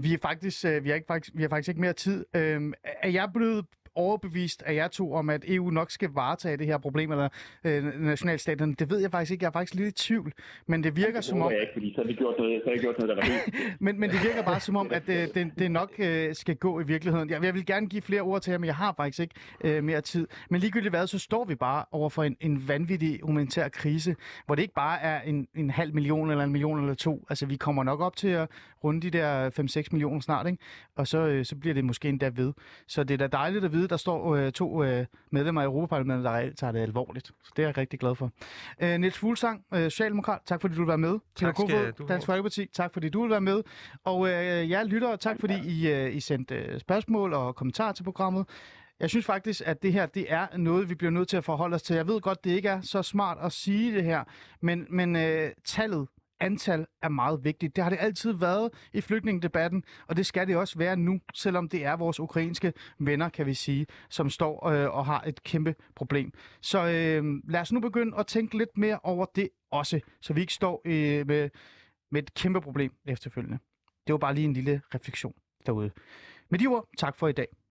S4: Vi har faktisk ikke mere tid. Er jeg blevet overbevist af jer to om, at EU nok skal varetage det her problem, eller nationalstaterne? Det ved jeg faktisk ikke. Jeg er faktisk lidt i tvivl. Men det virker som om...
S8: Jeg ikke, fordi så har vi gjort noget, der var helt...
S4: men det virker bare som om, at det nok skal gå i virkeligheden. Jeg vil gerne give flere ord til jer, men jeg har faktisk ikke mere tid. Men ligegyldigt hvad, så står vi bare over for en vanvittig humanitær krise, hvor det ikke bare er en 500.000 eller 1 million eller 2. Altså, vi kommer nok op til at runde de der 5-6 millioner snart, ikke? Og så bliver det måske endda ved. Så det er da dejligt at vide, der står 2 medlemmer af Europaparlamentet, der reelt tager det alvorligt. Så det er jeg rigtig glad for. Niels Fuglsang, Socialdemokrat, tak fordi du vil være med.
S7: Tak skal du
S4: Dansk Folkeparti, tak fordi du vil være med. Og jeg lytter, tak fordi I sendte spørgsmål og kommentarer til programmet. Jeg synes faktisk, at det her, det er noget, vi bliver nødt til at forholde os til. Jeg ved godt, det ikke er så smart at sige det her, men antal er meget vigtigt. Det har det altid været i flygtningedebatten, og det skal det også være nu, selvom det er vores ukrainske venner, kan vi sige, som står og har et kæmpe problem. Så lad os nu begynde at tænke lidt mere over det også, så vi ikke står med et kæmpe problem efterfølgende. Det var bare lige en lille refleksion derude. Med de ord, tak for i dag.